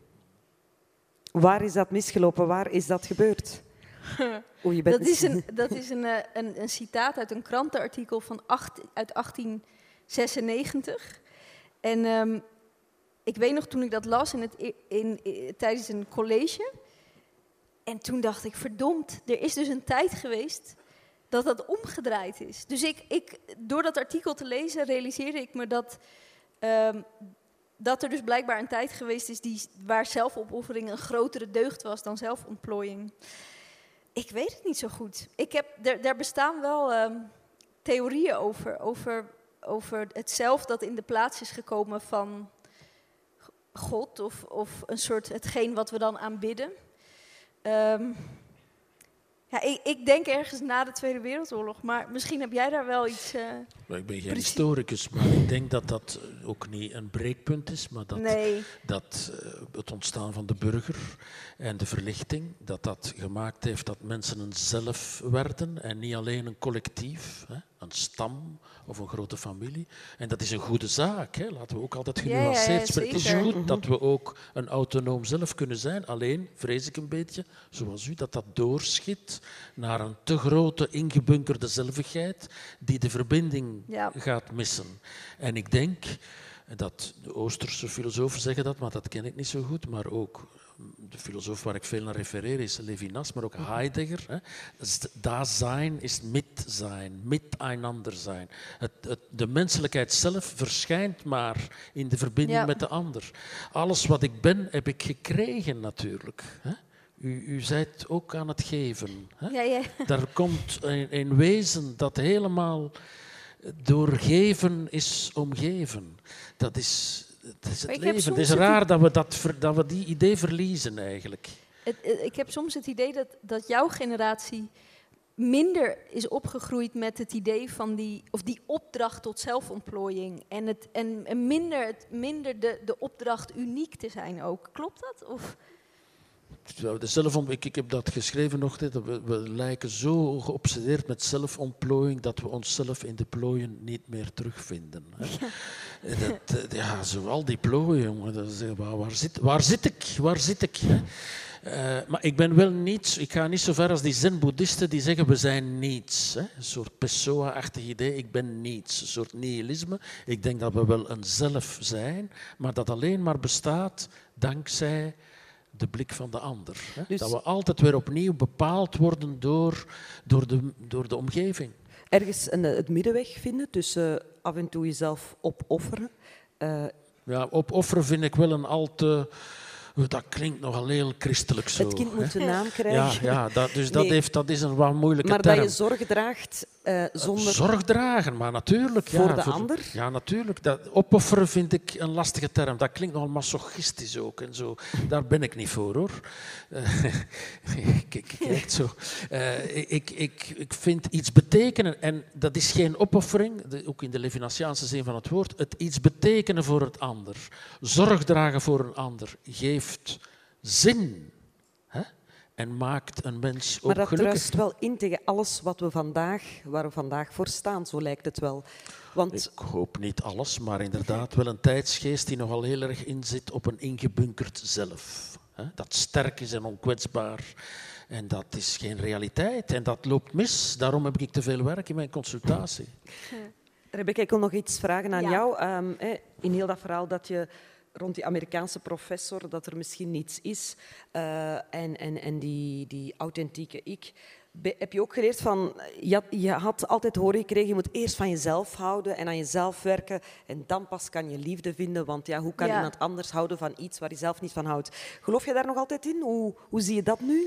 Waar is dat misgelopen? Waar is dat gebeurd? Oeh, je bent dat, is een, dat is een, een, een citaat uit een krantenartikel van acht, uit achttien zesennegentig. En um, ik weet nog toen ik dat las in het, in, in, tijdens een college. En toen dacht ik, verdomd, er is dus een tijd geweest dat dat omgedraaid is. Dus ik, ik, door dat artikel te lezen realiseerde ik me dat, um, dat er dus blijkbaar een tijd geweest is die, waar zelfopoffering een grotere deugd was dan zelfontplooiing. Ik weet het niet zo goed. Ik heb, er, er bestaan wel um, theorieën over, over, over het zelf dat in de plaats is gekomen van God of, of een soort hetgeen wat we dan aanbidden. Um, ja, ik, ik denk ergens na de Tweede Wereldoorlog, maar misschien heb jij daar wel iets... Uh, ik ben geen precies. historicus, maar ik denk dat dat ook niet een breekpunt is, maar dat, nee. dat uh, het ontstaan van de burger en de verlichting, dat dat gemaakt heeft dat mensen een zelf werden en niet alleen een collectief, hè, een stam of een grote familie. En dat is een goede zaak, hè. Laten we ook altijd genuanceerd ja, ja, spreken. Het is goed mm-hmm. dat we ook een autonoom zelf kunnen zijn, alleen vrees ik een beetje, zoals u, dat dat doorschiet naar een te grote ingebunkerde zelvigheid die de verbinding ja. gaat missen. En ik denk dat de Oosterse filosofen zeggen dat, maar dat ken ik niet zo goed, maar ook de filosoof waar ik veel naar refereer is Levinas, maar ook Heidegger. Hè. Dasein is Mitsein, miteinander zijn. Het, het, de menselijkheid zelf verschijnt maar in de verbinding ja. met de ander. Alles wat ik ben, heb ik gekregen natuurlijk. Hè. U, u zijt ook aan het geven. Hè? Ja, ja. Daar komt een, een wezen dat helemaal door geven is omgeven. Dat is, dat is het leven. Het is raar dat we, dat, dat we die idee verliezen eigenlijk. Het, ik heb soms het idee dat, dat jouw generatie minder is opgegroeid met het idee van die, of die opdracht tot zelfontplooiing. En, het, en, en minder, het, minder de, de opdracht uniek te zijn ook. Klopt dat? Of... De zelfontplooiing, ik heb dat geschreven nog, we, we lijken zo geobsedeerd met zelfontplooiing dat we onszelf in de plooien niet meer terugvinden. Hè. Ja. Dat, ja, zo al die plooien, jongen, dat is, waar, waar, zit, waar zit ik? Waar zit ik? Hè? Uh, maar ik ben wel niets, ik ga niet zo ver als die zen-boeddhisten die zeggen we zijn niets. Hè? Een soort Pessoa-achtig idee, ik ben niets. Een soort nihilisme. Ik denk dat we wel een zelf zijn, maar dat alleen maar bestaat dankzij de blik van de ander. Hè? Dus dat we altijd weer opnieuw bepaald worden door, door, de, door de omgeving. Ergens een, het middenweg vinden tussen uh, af en toe jezelf opofferen. Uh, ja, opofferen vind ik wel een al te... Dat klinkt nogal heel christelijk zo. Het kind moet een naam krijgen. Ja, ja dat, dus dat, nee. heeft, dat is een wat moeilijke maar term. Maar dat je zorg draagt uh, zonder... Zorg dragen, maar natuurlijk. Voor ja, de voor, ander? Ja, natuurlijk. Dat, opofferen vind ik een lastige term. Dat klinkt nogal masochistisch ook. En zo. Daar ben ik niet voor, hoor. Uh, kijk, kijk zo. Uh, ik, ik, ik vind iets betekenen, en dat is geen opoffering, de, ook in de Levinasiaanse zin van het woord, het iets betekenen voor het ander. Zorg dragen voor een ander. Geeft zin, hè? En maakt een mens ook maar dat gelukkig. druist wel in tegen alles wat we vandaag, waar we vandaag voor staan, zo lijkt het wel. Want... Ik hoop niet alles, maar inderdaad wel een tijdsgeest die nogal heel erg inzit op een ingebunkerd zelf. Hè? Dat sterk is en onkwetsbaar. En dat is geen realiteit en dat loopt mis. Daarom heb ik te veel werk in mijn consultatie. Rebecca, ik wil nog iets vragen aan ja. jou. Um, in heel dat verhaal dat je... rond die Amerikaanse professor, dat er misschien niets is. Uh, en en, en die, die authentieke ik. Be, heb je ook geleerd van... Je had, je had altijd horen gekregen, je moet eerst van jezelf houden en aan jezelf werken. En dan pas kan je liefde vinden. Want ja, hoe kan ja. iemand anders houden van iets waar je zelf niet van houdt? Geloof je daar nog altijd in? Hoe, hoe zie je dat nu?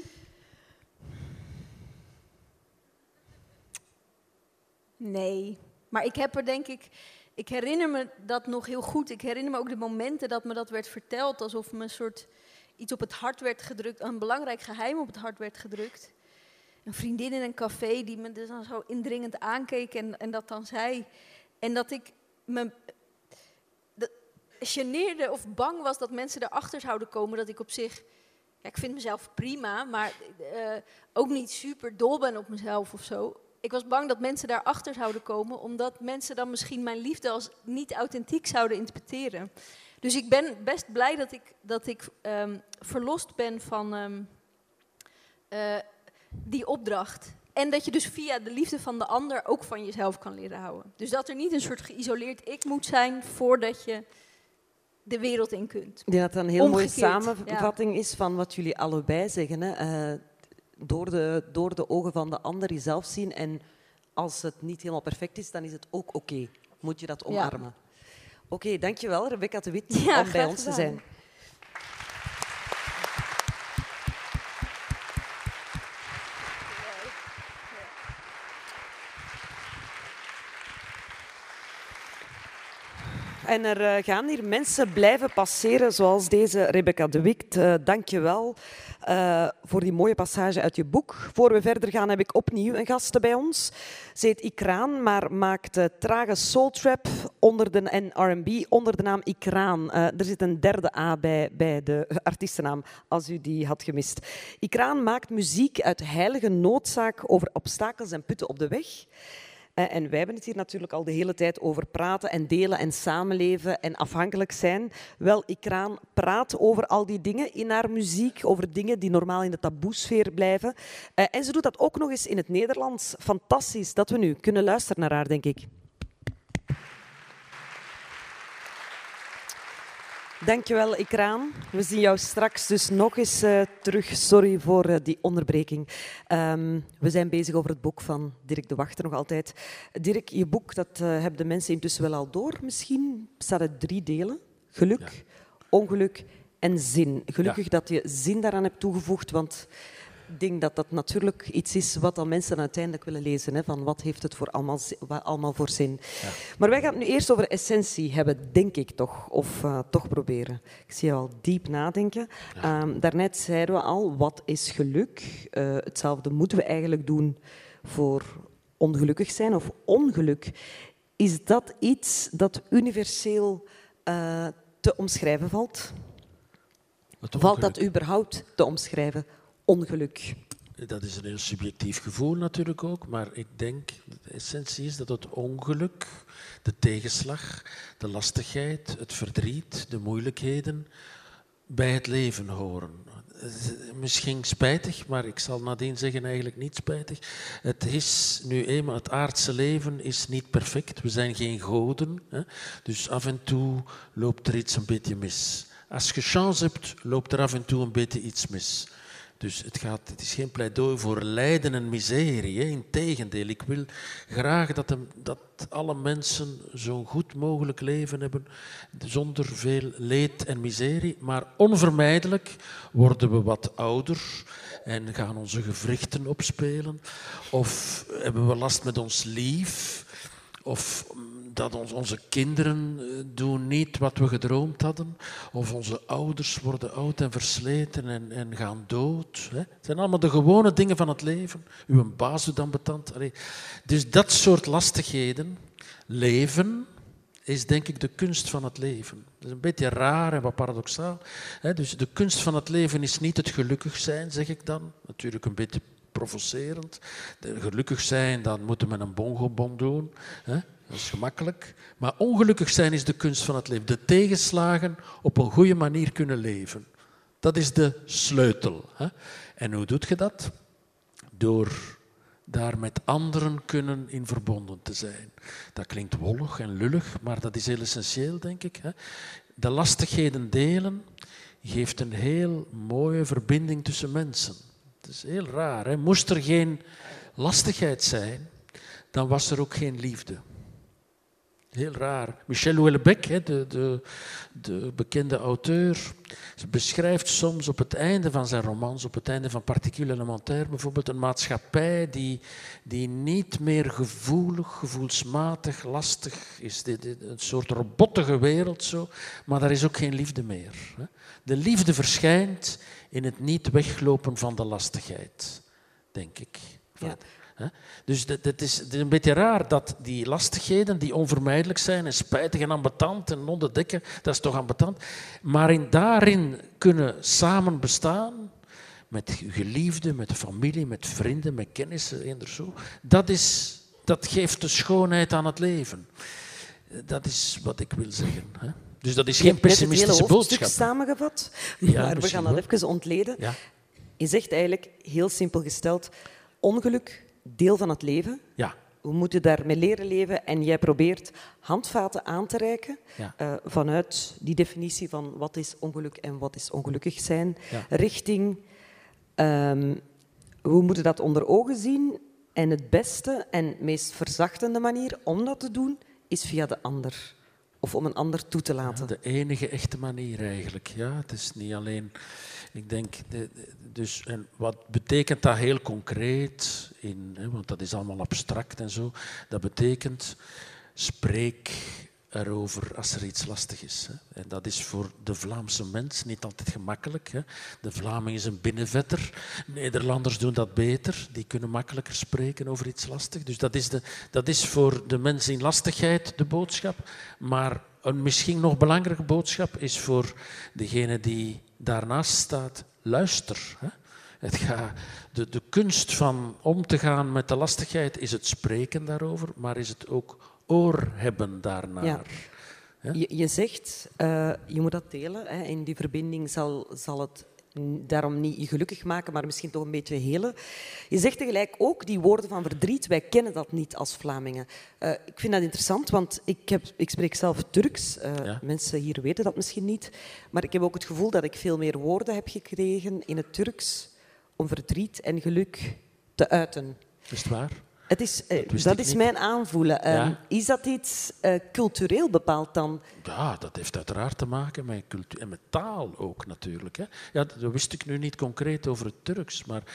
Nee, maar ik heb er denk ik... Ik herinner me dat nog heel goed. Ik herinner me ook de momenten dat me dat werd verteld, alsof me een soort iets op het hart werd gedrukt, een belangrijk geheim op het hart werd gedrukt. Een vriendin in een café die me dus dan zo indringend aankeek en, en dat dan zei. En dat ik me... Dat, geneerde of bang was dat mensen erachter zouden komen dat ik op zich... Ja, ik vind mezelf prima, maar uh, ook niet super dol ben op mezelf of zo. Ik was bang dat mensen daarachter zouden komen, omdat mensen dan misschien mijn liefde als niet authentiek zouden interpreteren. Dus ik ben best blij dat ik, dat ik um, verlost ben van um, uh, die opdracht. En dat je dus via de liefde van de ander ook van jezelf kan leren houden. Dus dat er niet een soort geïsoleerd ik moet zijn voordat je de wereld in kunt. Ik denk dat dat een heel Omgekeerd, mooie samenvatting ja. is van wat jullie allebei zeggen. Hè. Uh, door, de, door de ogen van de ander jezelf zien. En als het niet helemaal perfect is, dan is het ook oké. Okay. Moet je dat omarmen. Ja. Oké, okay, dankjewel Rebecca de Wit ja, om bij ons gedaan. te zijn. En er uh, gaan hier mensen blijven passeren, zoals deze Rebecca de Wit. Uh, Dank je wel uh, voor die mooie passage uit je boek. Voor we verder gaan heb ik opnieuw een gast bij ons. Ze heet Ikraan, maar maakt uh, trage soultrap onder de, en R en B onder de naam Ikraan. Uh, er zit een derde A bij, bij de artiestennaam, als u die had gemist. Ikraan maakt muziek uit heilige noodzaak over obstakels en putten op de weg. Uh, en wij hebben het hier natuurlijk al de hele tijd over praten en delen en samenleven en afhankelijk zijn. Wel, Ikraan praat over al die dingen in haar muziek, over dingen die normaal in de taboesfeer blijven. Uh, en ze doet dat ook nog eens in het Nederlands. Fantastisch dat we nu kunnen luisteren naar haar, denk ik. Dankjewel, Ikraan. We zien jou straks dus nog eens uh, terug. Sorry voor uh, die onderbreking. Um, we zijn bezig over het boek van Dirk de Wachter nog altijd. Dirk, je boek, dat uh, hebben de mensen intussen wel al door. Misschien bestaat uit drie delen. Geluk, ja. ongeluk en zin. Gelukkig ja. dat je zin daaraan hebt toegevoegd, want ik denk dat dat natuurlijk iets is wat dan mensen uiteindelijk willen lezen. Hè, van wat heeft het voor allemaal, allemaal voor zin. Ja. Maar wij gaan het nu eerst over essentie hebben, denk ik toch. Of uh, toch proberen. Ik zie je al diep nadenken. Ja. Um, daarnet zeiden we al, wat is geluk? Uh, hetzelfde moeten we eigenlijk doen voor ongelukkig zijn of ongeluk. Is dat iets dat universeel uh, te omschrijven valt? Valt dat überhaupt te omschrijven? Ongeluk. Dat is een heel subjectief gevoel natuurlijk ook, maar ik denk dat de essentie is dat het ongeluk, de tegenslag, de lastigheid, het verdriet, de moeilijkheden bij het leven horen. Misschien spijtig, maar ik zal nadien zeggen eigenlijk niet spijtig. Het is nu eenmaal, het aardse leven is niet perfect. We zijn geen goden, hè? Dus af en toe loopt er iets een beetje mis. Als je chance hebt, loopt er af en toe een beetje iets mis. Dus het, gaat, het is geen pleidooi voor lijden en miserie. Hè. Integendeel, ik wil graag dat, de, dat alle mensen zo'n goed mogelijk leven hebben, zonder veel leed en miserie. Maar onvermijdelijk worden we wat ouder en gaan onze gewrichten opspelen. Of hebben we last met ons lief. Of dat ons, onze kinderen doen niet wat we gedroomd hadden. Of onze ouders worden oud en versleten en, en gaan dood. Hè. Het zijn allemaal de gewone dingen van het leven. Uw baas doet dan betand. Allee. Dus dat soort lastigheden, leven, is denk ik de kunst van het leven. Dat is een beetje raar en wat paradoxaal. Hè. Dus de kunst van het leven is niet het gelukkig zijn, zeg ik dan. Natuurlijk een beetje provocerend. De gelukkig zijn, dan moeten we een bongobon doen. Hè? Dat is gemakkelijk. Maar ongelukkig zijn is de kunst van het leven. De tegenslagen op een goede manier kunnen leven. Dat is de sleutel. Hè? En hoe doe je dat? Door daar met anderen kunnen in verbonden te zijn. Dat klinkt wollig en lullig, maar dat is heel essentieel, denk ik. Hè? De lastigheden delen geeft een heel mooie verbinding tussen mensen. Het is heel raar. Hè? Moest er geen lastigheid zijn, dan was er ook geen liefde. Heel raar. Michel Houellebecq, hè, de, de, de bekende auteur, beschrijft soms op het einde van zijn romans, op het einde van Particule Élémentaire bijvoorbeeld, een maatschappij die, die niet meer gevoelig, gevoelsmatig, lastig is. Een soort robottige wereld, zo, maar daar is ook geen liefde meer. Hè? De liefde verschijnt in het niet weglopen van de lastigheid, denk ik. Ja. Hè? Dus dat, dat is, het is een beetje raar dat die lastigheden, die onvermijdelijk zijn en spijtig en ambetant en onderdekken, dat is toch ambetant, maar in, daarin kunnen samen bestaan met geliefden, met de familie, met vrienden, met kennissen, eender zo. Dat, is, dat geeft de schoonheid aan het leven. Dat is wat ik wil zeggen. Hè? Dus dat is geen pessimistische boodschap. Je hebt het hele hoofdstuk samengevat, Ja, maar we gaan dat wel. even ontleden. Ja. Je zegt eigenlijk, heel simpel gesteld, ongeluk, deel van het leven. Ja. We moeten daarmee leren leven en jij probeert handvaten aan te reiken Ja. uh, vanuit die definitie van wat is ongeluk en wat is ongelukkig zijn, Ja. richting um, we moeten dat onder ogen zien en het beste en meest verzachtende manier om dat te doen is via de ander. Of om een ander toe te laten. Ja, de enige echte manier eigenlijk. Ja, het is niet alleen... Ik denk... De, de, dus, en wat betekent dat heel concreet? In, hè, want dat is allemaal abstract en zo. Dat betekent... Spreek erover als er iets lastig is. Hè. En dat is voor de Vlaamse mens niet altijd gemakkelijk. Hè. De Vlaming is een binnenvetter. Nederlanders doen dat beter. Die kunnen makkelijker spreken over iets lastig. Dus dat is, de, dat is voor de mens in lastigheid de boodschap. Maar een misschien nog belangrijke boodschap is voor degene die daarnaast staat. Luister. Hè. Het gaat, de, de kunst van om te gaan met de lastigheid is het spreken daarover, maar is het ook oor hebben daarnaar. Ja. Ja? Je, je zegt, uh, je moet dat delen. Hè. In die verbinding zal, zal het daarom niet je gelukkig maken, maar misschien toch een beetje helen. Je zegt tegelijk ook die woorden van verdriet. Wij kennen dat niet als Vlamingen. Uh, ik vind dat interessant, want ik, heb, ik spreek zelf Turks. Uh, ja. Mensen hier weten dat misschien niet. Maar ik heb ook het gevoel dat ik veel meer woorden heb gekregen in het Turks om verdriet en geluk te uiten. Is het waar? Het is, uh, dat dat is niet. Mijn aanvoelen. Uh, Ja? Is dat iets uh, cultureel bepaald dan? Ja, dat heeft uiteraard te maken met cultuur en met taal ook natuurlijk. Hè. Ja, dat wist ik nu niet concreet over het Turks, maar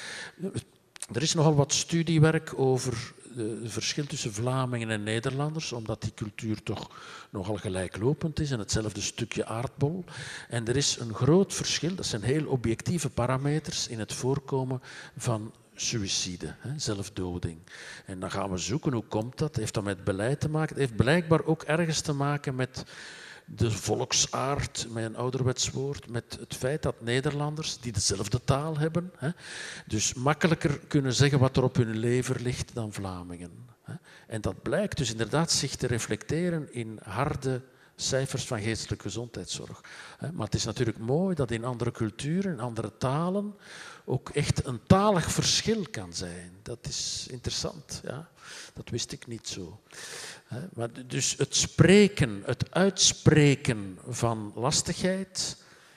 er is nogal wat studiewerk over het verschil tussen Vlamingen en Nederlanders, omdat die cultuur toch nogal gelijklopend is en hetzelfde stukje aardbol. En er is een groot verschil, dat zijn heel objectieve parameters in het voorkomen van suïcide, hè, zelfdoding. En dan gaan we zoeken, hoe komt dat? Heeft dat met beleid te maken? Het heeft blijkbaar ook ergens te maken met de volksaard, met een ouderwets woord, met het feit dat Nederlanders, die dezelfde taal hebben, hè, dus makkelijker kunnen zeggen wat er op hun lever ligt dan Vlamingen. Hè. En dat blijkt dus inderdaad zich te reflecteren in harde cijfers van geestelijke gezondheidszorg. Maar het is natuurlijk mooi dat in andere culturen, in andere talen, ook echt een talig verschil kan zijn. Dat is interessant, ja. Dat wist ik niet zo. Maar dus het spreken, het uitspreken van lastigheid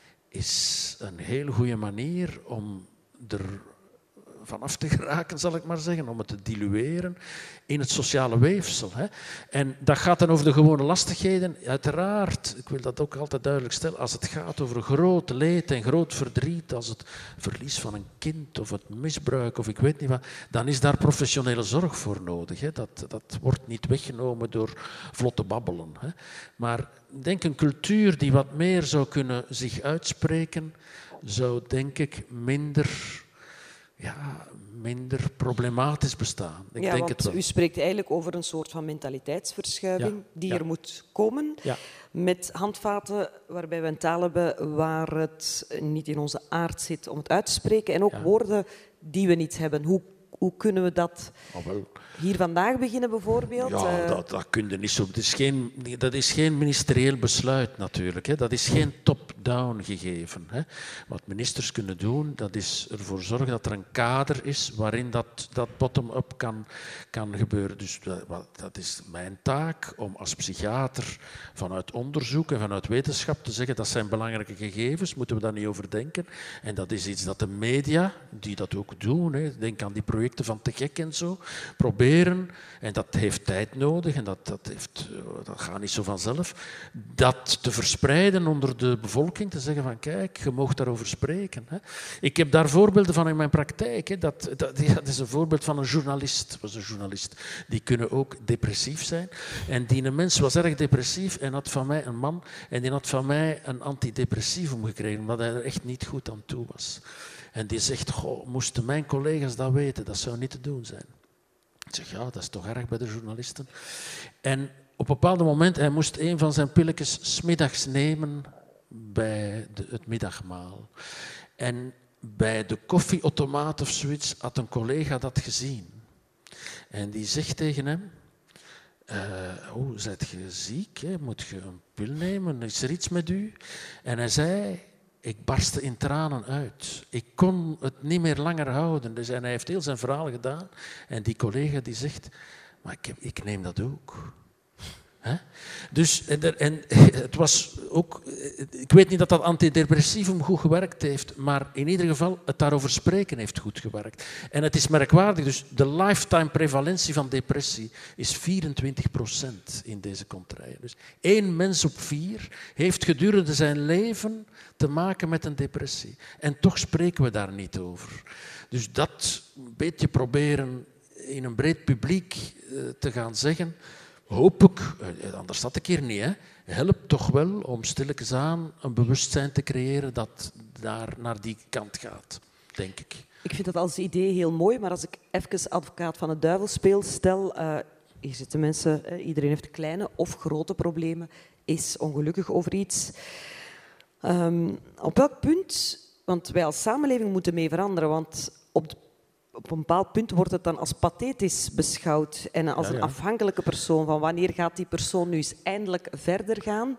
is een hele goede manier om er vanaf te geraken, zal ik maar zeggen, om het te dilueren in het sociale weefsel. Hè. En dat gaat dan over de gewone lastigheden. Uiteraard, ik wil dat ook altijd duidelijk stellen, als het gaat over groot leed en groot verdriet, als het verlies van een kind of het misbruik of ik weet niet wat, dan is daar professionele zorg voor nodig. Hè. Dat, dat wordt niet weggenomen door vlotte babbelen. Hè. Maar ik denk een cultuur die wat meer zou kunnen zich uitspreken, zou denk ik minder... Ja, minder problematisch bestaan. Ik ja, denk want het wel. U spreekt eigenlijk over een soort van mentaliteitsverschuiving ja, die ja. er moet komen. Ja. Met handvaten waarbij we een taal hebben waar het niet in onze aard zit om het uit te spreken. En ook ja. woorden die we niet hebben. Hoe, hoe kunnen we dat oh, wel. hier vandaag beginnen bijvoorbeeld? Ja, uh, dat, dat kun je niet zo. Dat is geen, dat is geen ministerieel besluit natuurlijk. Hè. Dat is geen top-down gegeven. Hè. Wat ministers kunnen doen, dat is ervoor zorgen dat er een kader is waarin dat, dat bottom-up kan, kan gebeuren. Dus dat, dat is mijn taak om als psychiater vanuit onderzoek en vanuit wetenschap te zeggen dat zijn belangrijke gegevens, moeten we daar niet over denken. En dat is iets dat de media, die dat ook doen, hè, denk aan die projecten van Te Gek en zo, proberen. En dat heeft tijd nodig en dat, dat, heeft, dat gaat niet zo vanzelf. Dat te verspreiden onder de bevolking, te zeggen van kijk, je mag daarover spreken. Hè. Ik heb daar voorbeelden van in mijn praktijk. Hè. Dat, dat, ja, dat is een voorbeeld van een journalist. Was een journalist. Die kunnen ook depressief zijn. En die een mens was erg depressief en had van mij een man en die had van mij een antidepressivum gekregen, omdat hij er echt niet goed aan toe was. En die zegt, goh, moesten mijn collega's dat weten, dat zou niet te doen zijn. Ik zeg, ja, dat is toch erg bij de journalisten. En op een bepaald moment, hij moest een van zijn pilletjes 's middags nemen bij de, het middagmaal. En bij de koffieautomaat of zoiets had een collega dat gezien. En die zegt tegen hem, uh, oh, zijt je ziek? Hè? Moet je een pil nemen? Is er iets met u? En hij zei, ik barstte in tranen uit. Ik kon het niet meer langer houden. Dus, en hij heeft heel zijn verhaal gedaan. En die collega die zegt, maar ik, heb, ik neem dat ook. He? Dus, en, en het was ook, ik weet niet dat dat antidepressivum goed gewerkt heeft, maar in ieder geval het daarover spreken heeft goed gewerkt. En het is merkwaardig, dus de lifetime prevalentie van depressie is vierentwintig procent in deze contraien. Dus één mens op vier heeft gedurende zijn leven te maken met een depressie. En toch spreken we daar niet over. Dus dat een beetje proberen in een breed publiek te gaan zeggen, hoop ik, anders zat ik hier niet, hè, helpt toch wel om stilletjes aan een bewustzijn te creëren dat daar naar die kant gaat, denk ik. Ik vind dat als idee heel mooi, maar als ik even advocaat van de duivel speel, stel, uh, hier zitten mensen, uh, iedereen heeft kleine of grote problemen, is ongelukkig over iets. Um, op welk punt, want wij als samenleving moeten mee veranderen, want op de Op een bepaald punt wordt het dan als pathetisch beschouwd en als ja, ja. een afhankelijke persoon. Van wanneer gaat die persoon nu eens eindelijk verder gaan?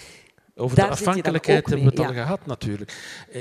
Over Daar de afhankelijkheid hebben we het ja. al gehad natuurlijk.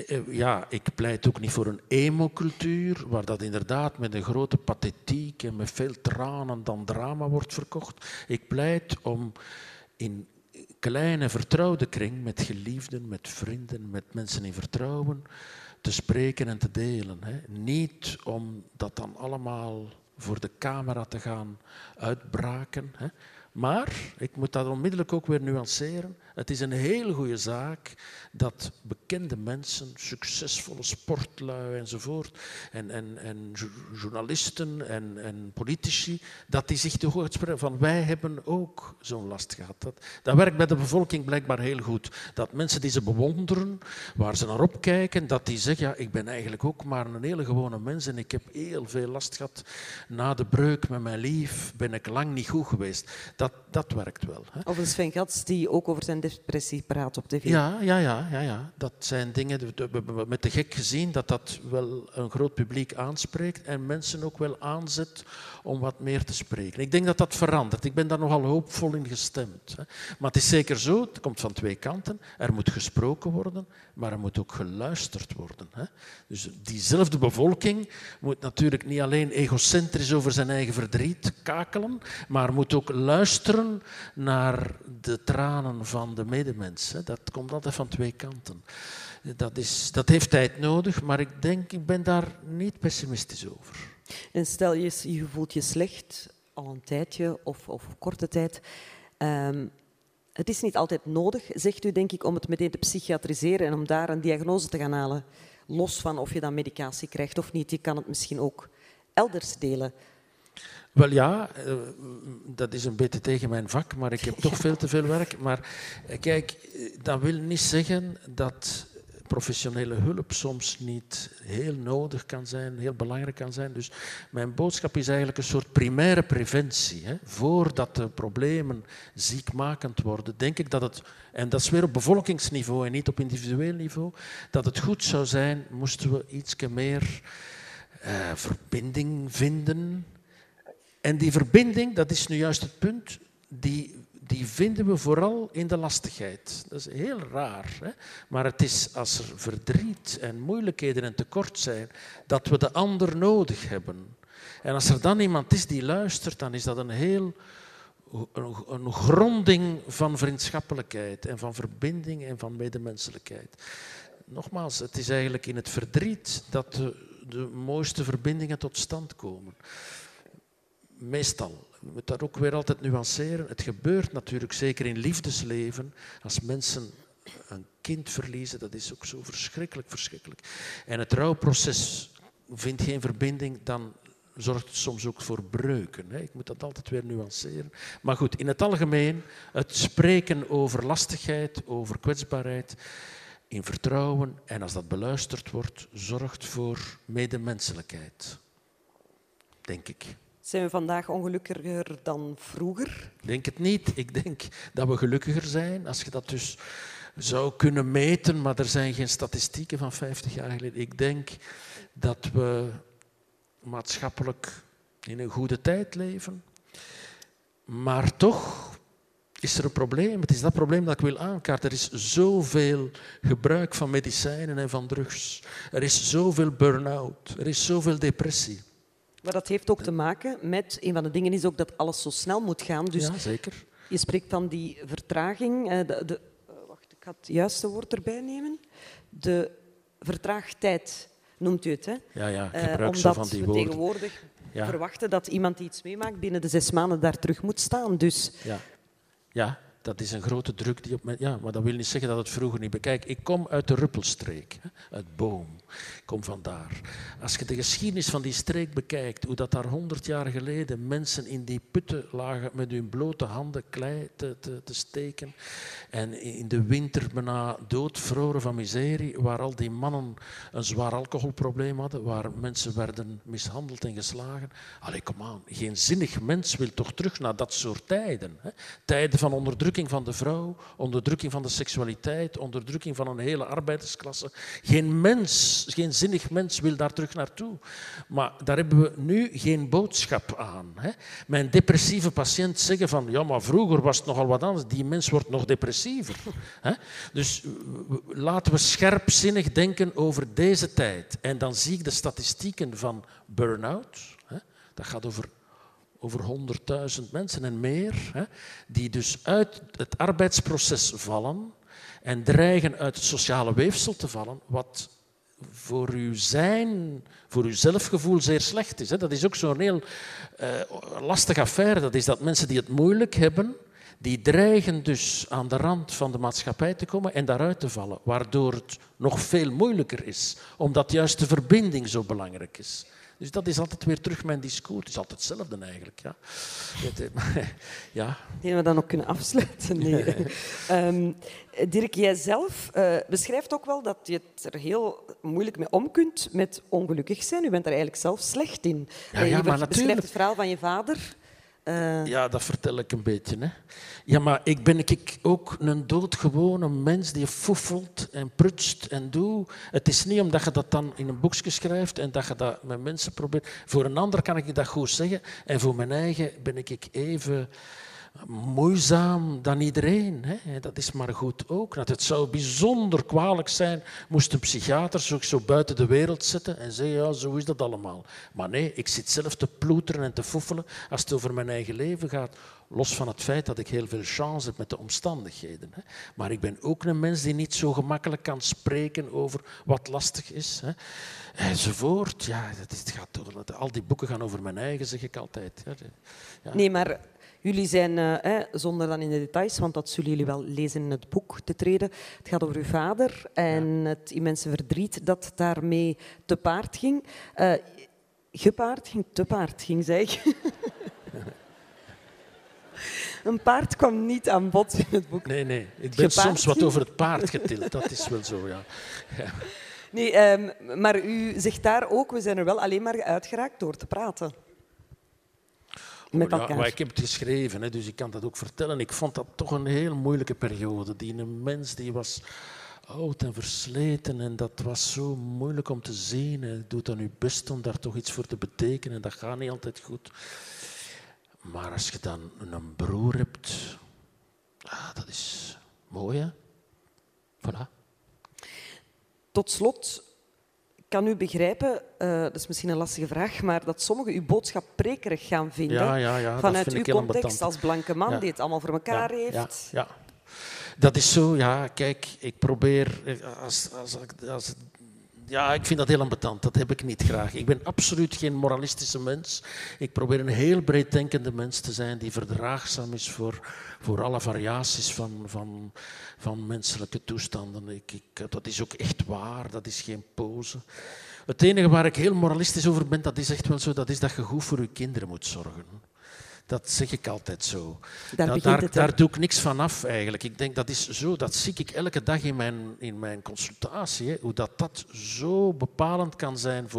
Ja, ik pleit ook niet voor een emo-cultuur, waar dat inderdaad met een grote pathetiek en met veel tranen dan drama wordt verkocht. Ik pleit om in kleine vertrouwde kring, met geliefden, met vrienden, met mensen in vertrouwen, te spreken en te delen. Hè. Niet om dat dan allemaal voor de camera te gaan uitbraken. Hè. Maar, ik moet dat onmiddellijk ook weer nuanceren, het is een hele goede zaak dat bekende mensen, succesvolle sportlui enzovoort, en, en, en journalisten en, en politici, dat die zich toch uitspreken van wij hebben ook zo'n last gehad. Dat, dat werkt bij de bevolking blijkbaar heel goed. Dat mensen die ze bewonderen, waar ze naar opkijken, dat die zeggen, ja, ik ben eigenlijk ook maar een hele gewone mens en ik heb heel veel last gehad. Na de breuk met mijn lief ben ik lang niet goed geweest. Dat, dat werkt wel. Hè. Of een Sven Gatz die ook over zijn depressie praat op tv. Ja, ja, ja, ja, ja. Dat zijn dingen, we hebben met de gek gezien dat dat wel een groot publiek aanspreekt en mensen ook wel aanzet om wat meer te spreken. Ik denk dat dat verandert. Ik ben daar nogal hoopvol in gestemd. Hè. Maar het is zeker zo, het komt van twee kanten. Er moet gesproken worden, maar er moet ook geluisterd worden. Hè. Dus diezelfde bevolking moet natuurlijk niet alleen egocentrisch over zijn eigen verdriet kakelen, maar moet ook luisteren naar de tranen van de medemens. Hè. Dat komt altijd van twee kanten. Dat, is, dat heeft tijd nodig, maar ik denk, ik ben daar niet pessimistisch over. En stel je, je voelt je slecht al een tijdje of, of korte tijd. Um, het is niet altijd nodig, zegt u, denk ik, om het meteen te psychiatriseren en om daar een diagnose te gaan halen. Los van of je dan medicatie krijgt of niet. Je kan het misschien ook elders delen. Wel ja, dat is een beetje tegen mijn vak, maar ik heb toch veel te veel werk. Maar kijk, dat wil niet zeggen dat professionele hulp soms niet heel nodig kan zijn, heel belangrijk kan zijn. Dus mijn boodschap is eigenlijk een soort primaire preventie. Hè. Voordat de problemen ziekmakend worden, denk ik dat het, en dat is weer op bevolkingsniveau en niet op individueel niveau, dat het goed zou zijn, moesten we iets meer uh, verbinding vinden. En die verbinding, dat is nu juist het punt, die, die vinden we vooral in de lastigheid. Dat is heel raar. Hè? Maar het is als er verdriet en moeilijkheden en tekort zijn, dat we de ander nodig hebben. En als er dan iemand is die luistert, dan is dat een heel een, een gronding van vriendschappelijkheid en van verbinding en van medemenselijkheid. Nogmaals, het is eigenlijk in het verdriet dat de, de mooiste verbindingen tot stand komen. Meestal. Je moet dat ook weer altijd nuanceren. Het gebeurt natuurlijk zeker in liefdesleven. Als mensen een kind verliezen, dat is ook zo verschrikkelijk, verschrikkelijk. En het rouwproces vindt geen verbinding, dan zorgt het soms ook voor breuken. Ik moet dat altijd weer nuanceren. Maar goed, in het algemeen, het spreken over lastigheid, over kwetsbaarheid, in vertrouwen, en als dat beluisterd wordt, zorgt voor medemenselijkheid. Denk ik. Zijn we vandaag ongelukkiger dan vroeger? Ik denk het niet. Ik denk dat we gelukkiger zijn, als je dat dus zou kunnen meten, maar er zijn geen statistieken van vijftig jaar geleden. Ik denk dat we maatschappelijk in een goede tijd leven, maar toch is er een probleem. Het is dat probleem dat ik wil aankaarten. Er is zoveel gebruik van medicijnen en van drugs. Er is zoveel burn-out. Er is zoveel depressie. Maar dat heeft ook te maken met, een van de dingen is ook dat alles zo snel moet gaan. Dus ja, zeker. Je spreekt van die vertraging. De, de, wacht, ik ga het juiste woord erbij nemen. De vertraagtijd noemt u het, hè? Ja, ja, ik gebruik uh, zo van die woorden. Omdat we tegenwoordig ja. verwachten dat iemand die iets meemaakt binnen de zes maanden daar terug moet staan. Dus... Ja. Ja, dat is een grote druk die op mij... Ja, maar dat wil niet zeggen dat het vroeger niet... Kijk, ik kom uit de Ruppelstreek, uit Boom. Ik kom vandaar. Als je de geschiedenis van die streek bekijkt, hoe dat daar honderd jaar geleden mensen in die putten lagen met hun blote handen klei te, te, te steken en in de winter bijna doodvroren van miserie, waar al die mannen een zwaar alcoholprobleem hadden, waar mensen werden mishandeld en geslagen. Allee, kom aan. Geen zinnig mens wil toch terug naar dat soort tijden. Hè? Tijden van onderdrukking van de vrouw, onderdrukking van de seksualiteit, onderdrukking van een hele arbeidersklasse. Geen mens, geen zinnig mens wil daar terug naartoe. Maar daar hebben we nu geen boodschap aan. Hè? Mijn depressieve patiënt zeggen van, ja, maar vroeger was het nogal wat anders. Die mens wordt nog depressiever. Hè? Dus laten we scherpzinnig denken over deze tijd. En dan zie ik de statistieken van burn-out. Hè? Dat gaat over... over honderdduizend mensen en meer, hè, die dus uit het arbeidsproces vallen en dreigen uit het sociale weefsel te vallen, wat voor uw zijn, voor uw zelfgevoel zeer slecht is. Hè. Dat is ook zo'n heel uh, lastige affaire. Dat is dat mensen die het moeilijk hebben, die dreigen dus aan de rand van de maatschappij te komen en daaruit te vallen, waardoor het nog veel moeilijker is, omdat juist de verbinding zo belangrijk is. Dus dat is altijd weer terug mijn discours. Het is altijd hetzelfde eigenlijk. Ja. ja. Die we dan ook kunnen afsluiten. Nee. um, Dirk, jij zelf uh, beschrijft ook wel dat je het er heel moeilijk mee om kunt met ongelukkig zijn. U bent er eigenlijk zelf slecht in. Ja, ja, je maar beschrijft natuurlijk. het verhaal van je vader. Uh... Ja, dat vertel ik een beetje. Hè. Ja, maar ik ben ik ook een doodgewone mens die foefelt en prutst en doet. Het is niet omdat je dat dan in een boekje schrijft en dat je dat met mensen probeert. Voor een ander kan ik dat goed zeggen en voor mijn eigen ben ik even moeizaam dan iedereen. Hè. Dat is maar goed ook. Het zou bijzonder kwalijk zijn moest een psychiater zich zo buiten de wereld zetten en zeggen, ja, zo is dat allemaal. Maar nee, ik zit zelf te ploeteren en te foefelen als het over mijn eigen leven gaat. Los van het feit dat ik heel veel chance heb met de omstandigheden. Hè. Maar ik ben ook een mens die niet zo gemakkelijk kan spreken over wat lastig is. Hè. Enzovoort. Ja, het gaat over, al die boeken gaan over mijn eigen, zeg ik altijd. Ja. Nee, maar... Jullie zijn, uh, zonder dan in de details, want dat zullen jullie wel lezen in het boek te treden. Het gaat over uw vader en ja. het immense verdriet dat daarmee te paard ging. Uh, gepaard ging, te paard ging, zei ik. Een paard kwam niet aan bod in het boek. Nee, nee. Ik ben gepaard soms wat over het paard getild. Dat is wel zo, ja. ja. Nee, um, maar u zegt daar ook, we zijn er wel alleen maar uitgeraakt door te praten. Met ja, maar ik heb het geschreven, hè, dus ik kan dat ook vertellen. Ik vond dat toch een heel moeilijke periode. Die een mens die was oud en versleten en dat was zo moeilijk om te zien. Je doet dan je best om daar toch iets voor te betekenen en dat gaat niet altijd goed. Maar als je dan een broer hebt, ah, dat is mooi, hè? Voilà. Tot slot... Kan u begrijpen, uh, dat is misschien een lastige vraag, maar dat sommigen uw boodschap prekerig gaan vinden ja, ja, ja, vanuit uw context als blanke man ja. die het allemaal voor elkaar ja, heeft? Ja, ja, dat is zo. Ja, kijk, ik probeer... Als, als, als, ja, ik vind dat heel ambetant. Dat heb ik niet graag. Ik ben absoluut geen moralistische mens. Ik probeer een heel breed denkende mens te zijn die verdraagzaam is voor, voor alle variaties van, van, van menselijke toestanden. Ik, ik, dat is ook echt waar. Dat is geen pose. Het enige waar ik heel moralistisch over ben, dat is echt wel zo, dat is dat je goed voor je kinderen moet zorgen. Dat zeg ik altijd zo. Daar, daar, daar, daar doe ik niks van af eigenlijk. Ik denk dat is zo, dat zie ik elke dag in mijn, in mijn consultatie. Hè, hoe dat, dat zo bepalend kan zijn voor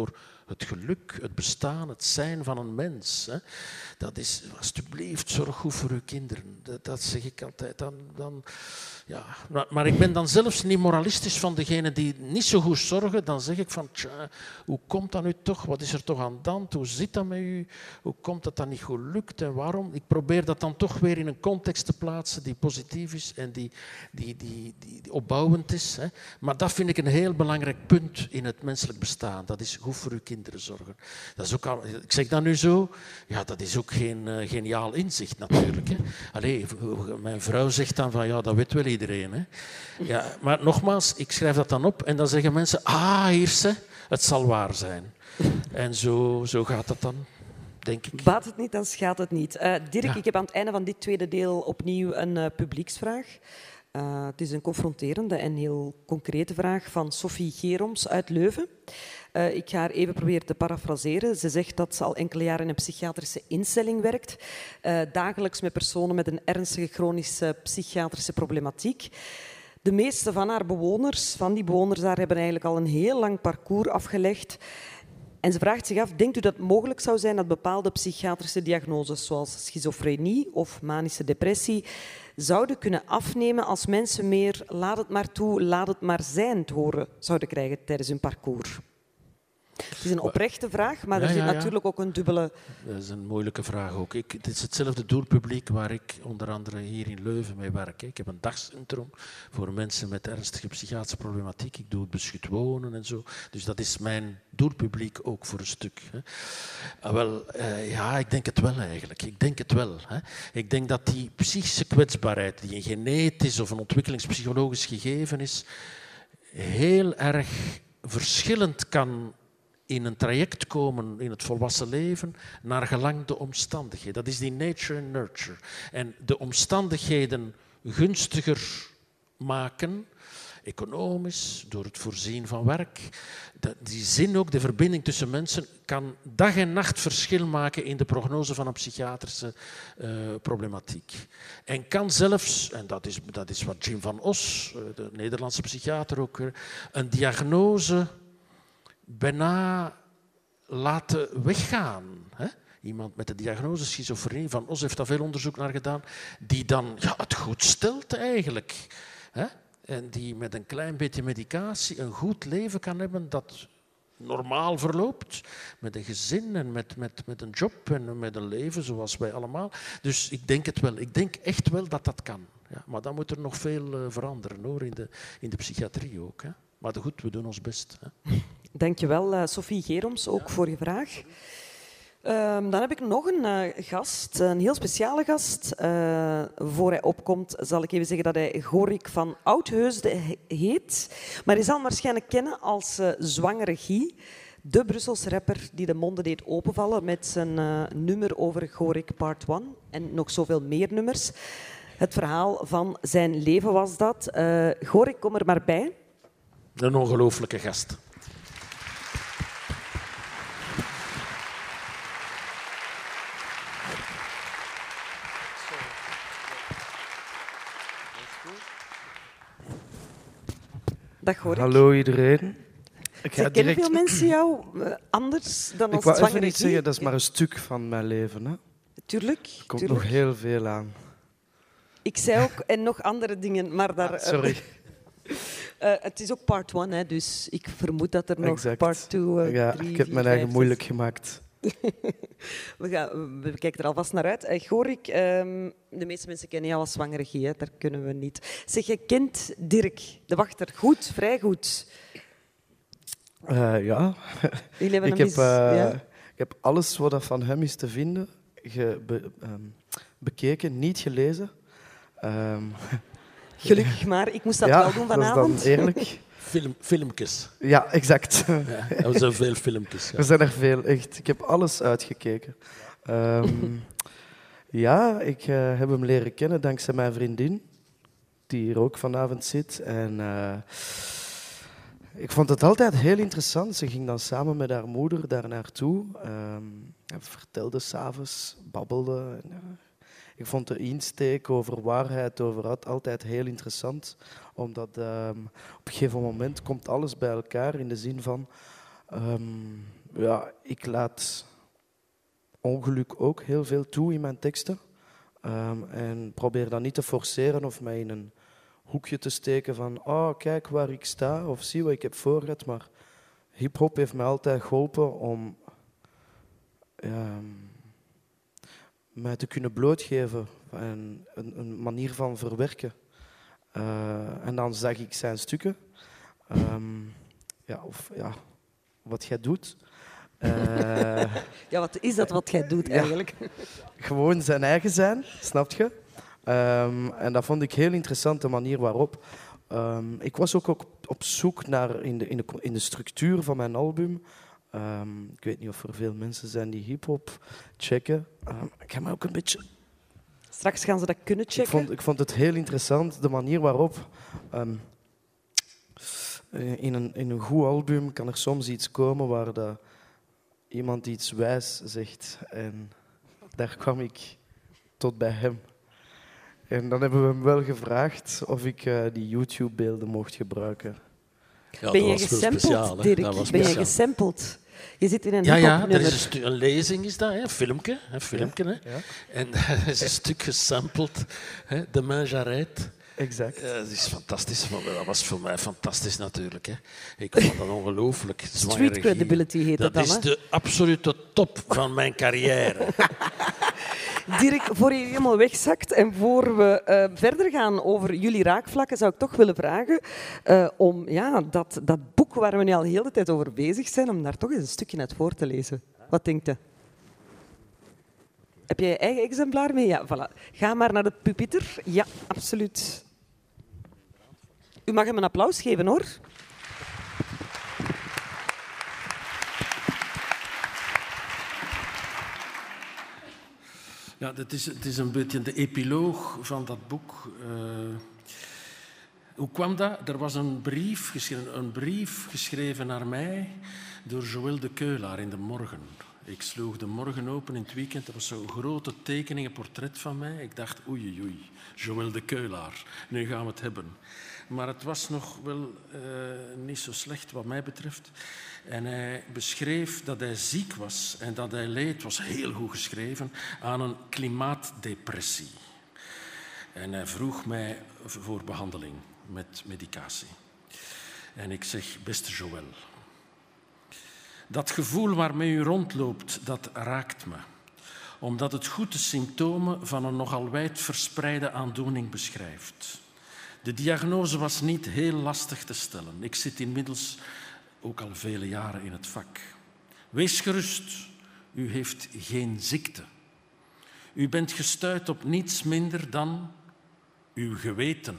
Het geluk, het bestaan, het zijn van een mens. Hè. Dat is, alsjeblieft, zorg goed voor uw kinderen. Dat, dat zeg ik altijd. Dan, dan, ja. maar, maar ik ben dan zelfs niet moralistisch van degenen die niet zo goed zorgen. Dan zeg ik van, tja, hoe komt dat nu toch? Wat is er toch aan de hand? Hoe zit dat met u? Hoe komt het dat niet goed lukt en waarom? Ik probeer dat dan toch weer in een context te plaatsen die positief is en die, die, die, die, die opbouwend is. Hè. Maar dat vind ik een heel belangrijk punt in het menselijk bestaan. Dat is goed voor uw kinderen zorgen. Dat is ook al, ik zeg dat nu zo, ja, dat is ook geen uh, geniaal inzicht natuurlijk. Hè. Allee, mijn vrouw zegt dan van, ja, dat weet wel iedereen. Hè. Ja, maar nogmaals, ik schrijf dat dan op en dan zeggen mensen, ah, hier ze, het zal waar zijn. En zo, zo gaat dat dan. Denk ik. Baat het niet, dan schaadt het niet. Uh, Dirk, Ja. ik heb aan het einde van dit tweede deel opnieuw een uh, publieksvraag. Uh, het is een confronterende en heel concrete vraag van Sophie Geroms uit Leuven. Uh, ik ga haar even proberen te parafraseren. Ze zegt dat ze al enkele jaren in een psychiatrische instelling werkt, uh, dagelijks met personen met een ernstige chronische psychiatrische problematiek. De meeste van haar bewoners, van die bewoners daar, hebben eigenlijk al een heel lang parcours afgelegd. En ze vraagt zich af, denkt u dat het mogelijk zou zijn dat bepaalde psychiatrische diagnoses, zoals schizofrenie of manische depressie, zouden kunnen afnemen als mensen meer laat het maar toe, laat het maar zijn te horen zouden krijgen tijdens hun parcours? Het is een oprechte vraag, maar Ja, er zit ja, ja. natuurlijk ook een dubbele... Dat is een moeilijke vraag ook. Ik, het is hetzelfde doelpubliek waar ik onder andere hier in Leuven mee werk. Ik heb een dagcentrum voor mensen met ernstige psychiatrische problematiek. Ik doe het beschut wonen en zo. Dus dat is mijn doelpubliek ook voor een stuk. Hè. Ah, wel, eh, ja, ik denk het wel eigenlijk. Ik denk het wel. Hè. Ik denk dat die psychische kwetsbaarheid, die een genetisch of een ontwikkelingspsychologisch gegeven is, heel erg verschillend kan in een traject komen in het volwassen leven naar gelang de omstandigheden. Dat is die nature and nurture. En de omstandigheden gunstiger maken, economisch, door het voorzien van werk. Die zin ook, de verbinding tussen mensen, kan dag en nacht verschil maken in de prognose van een psychiatrische uh, problematiek. En kan zelfs, en dat is, dat is wat Jim van Os, de Nederlandse psychiater ook, een diagnose bijna laten weggaan. Hè? Iemand met de diagnose schizofrenie, Van Os heeft daar veel onderzoek naar gedaan, die dan ja, het goed stelt eigenlijk. Hè? En die met een klein beetje medicatie een goed leven kan hebben dat normaal verloopt. Met een gezin en met, met, met een job en met een leven zoals wij allemaal. Dus ik denk het wel. Ik denk echt wel dat dat kan. Ja, maar dan moet er nog veel uh, veranderen hoor, in de, in de psychiatrie ook. Hè? Maar goed, we doen ons best. Hè? Dank je wel, uh, Sophie Geroms, ook ja. voor je vraag. Um, dan heb ik nog een uh, gast, een heel speciale gast. Uh, voor hij opkomt zal ik even zeggen dat hij Gorik van Oudheusden heet. Maar hij zal hem waarschijnlijk kennen als uh, Zwangere Guy, de Brusselse rapper die de monden deed openvallen met zijn uh, nummer over Gorik Part één en nog zoveel meer nummers. Het verhaal van zijn leven was dat. Uh, Gorik, kom er maar bij. Een ongelooflijke gast. Dag Gorik. Hallo iedereen. Ik ga kennen direct... veel mensen jou uh, anders dan als Ik wou even niet zeggen, dat is maar een stuk van mijn leven. Hè. Tuurlijk. Er komt tuurlijk. nog heel veel aan. Ik zei ook, en nog andere dingen, maar daar... Ah, sorry. Uh, uh, het is ook part één, hè, dus ik vermoed dat er nog exact. part twee, uh, ja, drie, ik heb vier, mijn vijf, eigen moeilijk gemaakt. we, gaan, we kijken er alvast naar uit. Uh, Gorik, um, de meeste mensen kennen jou als Zwangere Guy, hè, daar kunnen we niet. Zeg, je kent Dirk de Wachter goed, vrij goed. Uh, ja. ik, heb, mis, uh, ja, ik heb alles wat van hem is te vinden ge, be, um, bekeken, niet gelezen. Um, Gelukkig maar, ik moest dat ja, wel doen vanavond. Dat is dan eerlijk. Film, filmpjes. Ja, exact. Ja, er zijn veel filmpjes. Ja. Er zijn er veel, echt. Ik heb alles uitgekeken. Um, ja, ik uh, heb hem leren kennen dankzij mijn vriendin, die hier ook vanavond zit. En uh, ik vond het altijd heel interessant. Ze ging dan samen met haar moeder daar naartoe. Um, en vertelde s'avonds, babbelde. En, uh, ik vond de insteek over waarheid, over wat, altijd heel interessant. Omdat um, op een gegeven moment komt alles bij elkaar in de zin van... Um, ja, ik laat ongeluk ook heel veel toe in mijn teksten. Um, en probeer dat niet te forceren of mij in een hoekje te steken van oh, kijk waar ik sta of zie wat ik heb voorgehad. Maar hip-hop heeft mij altijd geholpen om um, mij te kunnen blootgeven en een, een manier van verwerken. Uh, en dan zag ik zijn stukken. Um, ja, of ja, wat jij doet. Uh, ja, wat is dat wat jij doet eigenlijk? Ja, gewoon zijn eigen zijn, snap je? Um, en dat vond ik een heel interessante manier waarop. Um, ik was ook op, op zoek naar in de, in, de, in de structuur van mijn album. Um, ik weet niet of er veel mensen zijn die hip-hop checken. Um, ik heb me ook een beetje. Straks gaan ze dat kunnen checken. Ik vond, ik vond het heel interessant, de manier waarop. Um, in, een, in een goed album kan er soms iets komen waar de, iemand iets wijs zegt. En daar kwam ik tot bij hem. En dan hebben we hem wel gevraagd of ik uh, die YouTube-beelden mocht gebruiken. Ja, ben je gesampled, Dirk? Ben speciaal. je gesampled? Je zit in een ja, ja, er is een, stu- een lezing, is dat, hè? Een filmpje. Een filmpje ja, hè? Ja. En er is een stuk gesampled, hè? De Main Jarret. Exact. Ja, dat is fantastisch. Dat was voor mij fantastisch natuurlijk. Hè. Ik vond dat ongelooflijk. Street credibility heet dat, dat dan. Dat is de absolute top van mijn carrière. Dirk, voor je helemaal wegzakt en voor we uh, verder gaan over jullie raakvlakken, zou ik toch willen vragen uh, om ja, dat, dat boek waar we nu al de hele tijd over bezig zijn, om daar toch eens een stukje uit voor te lezen. Wat denkt je? Heb jij je eigen exemplaar mee? Ja, voilà. Ga maar naar de pupiter. Ja, absoluut. U mag hem een applaus geven, hoor. Ja, het is, het is een beetje de epiloog van dat boek. Uh, hoe kwam dat? Er was een brief, geschreven, een brief geschreven naar mij door Joël de Keulaar in de Morgen. Ik sloeg de Morgen open in het weekend. Er was zo'n grote tekening, een portret van mij. Ik dacht, oei, oei, Joël de Keulaar, nu gaan we het hebben. Maar het was nog wel uh, niet zo slecht wat mij betreft. En hij beschreef dat hij ziek was en dat hij leed, het was heel goed geschreven, aan een klimaatdepressie. En hij vroeg mij voor behandeling met medicatie. En ik zeg, beste Joël, dat gevoel waarmee u rondloopt, dat raakt me. Omdat het goed de symptomen van een nogal wijd verspreide aandoening beschrijft. De diagnose was niet heel lastig te stellen. Ik zit inmiddels ook al vele jaren in het vak. Wees gerust, u heeft geen ziekte. U bent gestuit op niets minder dan uw geweten.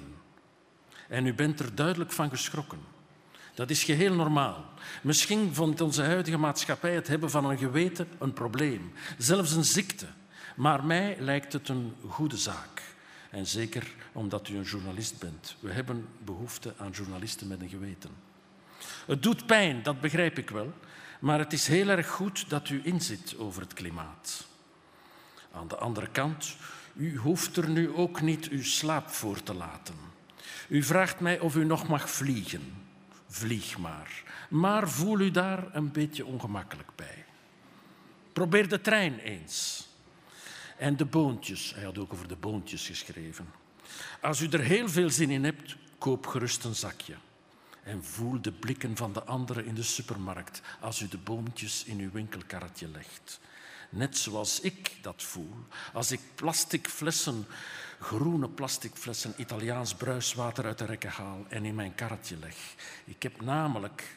En u bent er duidelijk van geschrokken. Dat is geheel normaal. Misschien vond onze huidige maatschappij het hebben van een geweten een probleem. Zelfs een ziekte. Maar mij lijkt het een goede zaak. En zeker omdat u een journalist bent. We hebben behoefte aan journalisten met een geweten. Het doet pijn, dat begrijp ik wel. Maar het is heel erg goed dat u inzit over het klimaat. Aan de andere kant, u hoeft er nu ook niet uw slaap voor te laten. U vraagt mij of u nog mag vliegen. Vlieg maar. Maar voel u daar een beetje ongemakkelijk bij. Probeer de trein eens. En de boontjes. Hij had ook over de boontjes geschreven. Als u er heel veel zin in hebt, koop gerust een zakje. En voel de blikken van de anderen in de supermarkt als u de boontjes in uw winkelkarretje legt. Net zoals ik dat voel als ik plastic flessen, groene plastic flessen, Italiaans bruiswater uit de rekken haal en in mijn karretje leg. Ik heb namelijk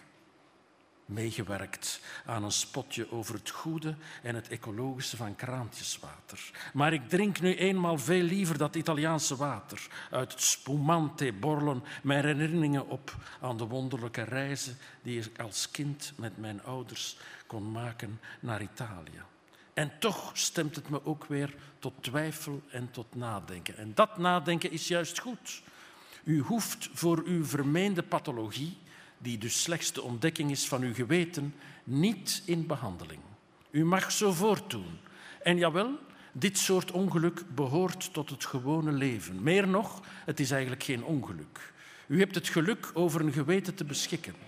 meegewerkt aan een spotje over het goede en het ecologische van kraantjeswater. Maar ik drink nu eenmaal veel liever dat Italiaanse water uit het spumante borrelen, mijn herinneringen op aan de wonderlijke reizen die ik als kind met mijn ouders kon maken naar Italië. En toch stemt het me ook weer tot twijfel en tot nadenken. En dat nadenken is juist goed. U hoeft voor uw vermeende pathologie, die dus slechts de ontdekking is van uw geweten, niet in behandeling. U mag zo voortdoen. En jawel, dit soort ongeluk behoort tot het gewone leven. Meer nog, het is eigenlijk geen ongeluk. U hebt het geluk over een geweten te beschikken.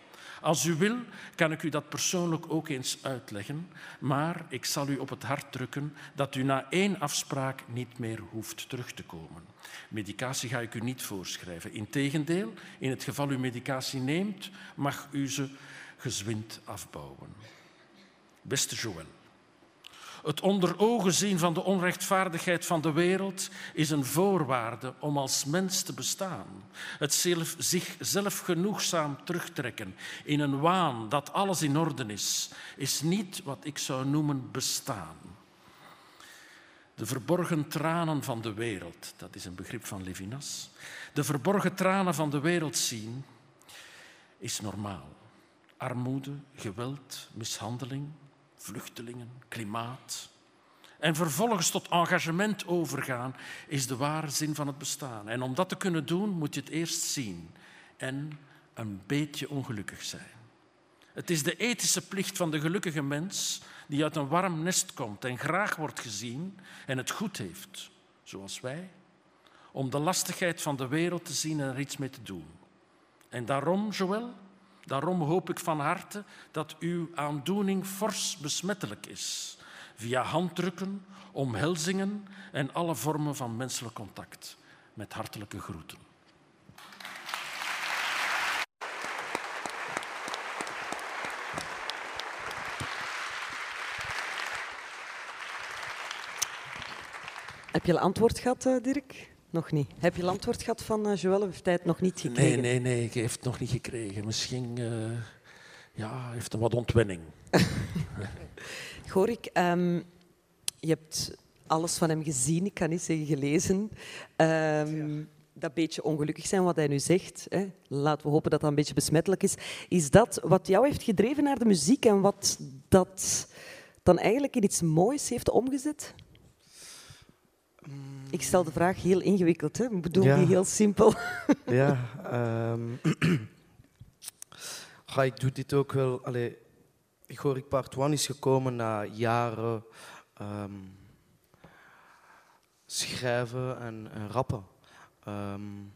Als u wil, kan ik u dat persoonlijk ook eens uitleggen, maar ik zal u op het hart drukken dat u na één afspraak niet meer hoeft terug te komen. Medicatie ga ik u niet voorschrijven. Integendeel, in het geval u medicatie neemt, mag u ze gezwind afbouwen. Beste Joël, het onder ogen zien van de onrechtvaardigheid van de wereld is een voorwaarde om als mens te bestaan. Het zelf, zichzelf genoegzaam terugtrekken in een waan dat alles in orde is, is niet wat ik zou noemen bestaan. De verborgen tranen van de wereld, dat is een begrip van Levinas, de verborgen tranen van de wereld zien is normaal. Armoede, geweld, mishandeling, vluchtelingen, klimaat. En vervolgens tot engagement overgaan is de ware zin van het bestaan. En om dat te kunnen doen, moet je het eerst zien en een beetje ongelukkig zijn. Het is de ethische plicht van de gelukkige mens die uit een warm nest komt en graag wordt gezien en het goed heeft, zoals wij, om de lastigheid van de wereld te zien en er iets mee te doen. En daarom, Joël, daarom hoop ik van harte dat uw aandoening fors besmettelijk is, via handdrukken, omhelzingen en alle vormen van menselijk contact. Met hartelijke groeten. Heb je al antwoord gehad, Dirk? Nog niet. Heb je al antwoord gehad van uh, Joël of heeft hij het nog niet gekregen? Nee, nee, nee, ik heb het nog niet gekregen. Misschien uh, ja, heeft hij wat ontwenning. Gorik, um, je hebt alles van hem gezien, ik kan niet zeggen gelezen. Um, ja. Dat beetje ongelukkig zijn wat hij nu zegt, hè. Laten we hopen dat dat een beetje besmettelijk is. Is dat wat jou heeft gedreven naar de muziek en wat dat dan eigenlijk in iets moois heeft omgezet? Ik stel de vraag heel ingewikkeld, hè? Ik bedoel ja. die heel simpel. Ja, um, ja, ik doe dit ook wel. Allee, Gorik Part één is gekomen na jaren um, schrijven en, en rappen. Um,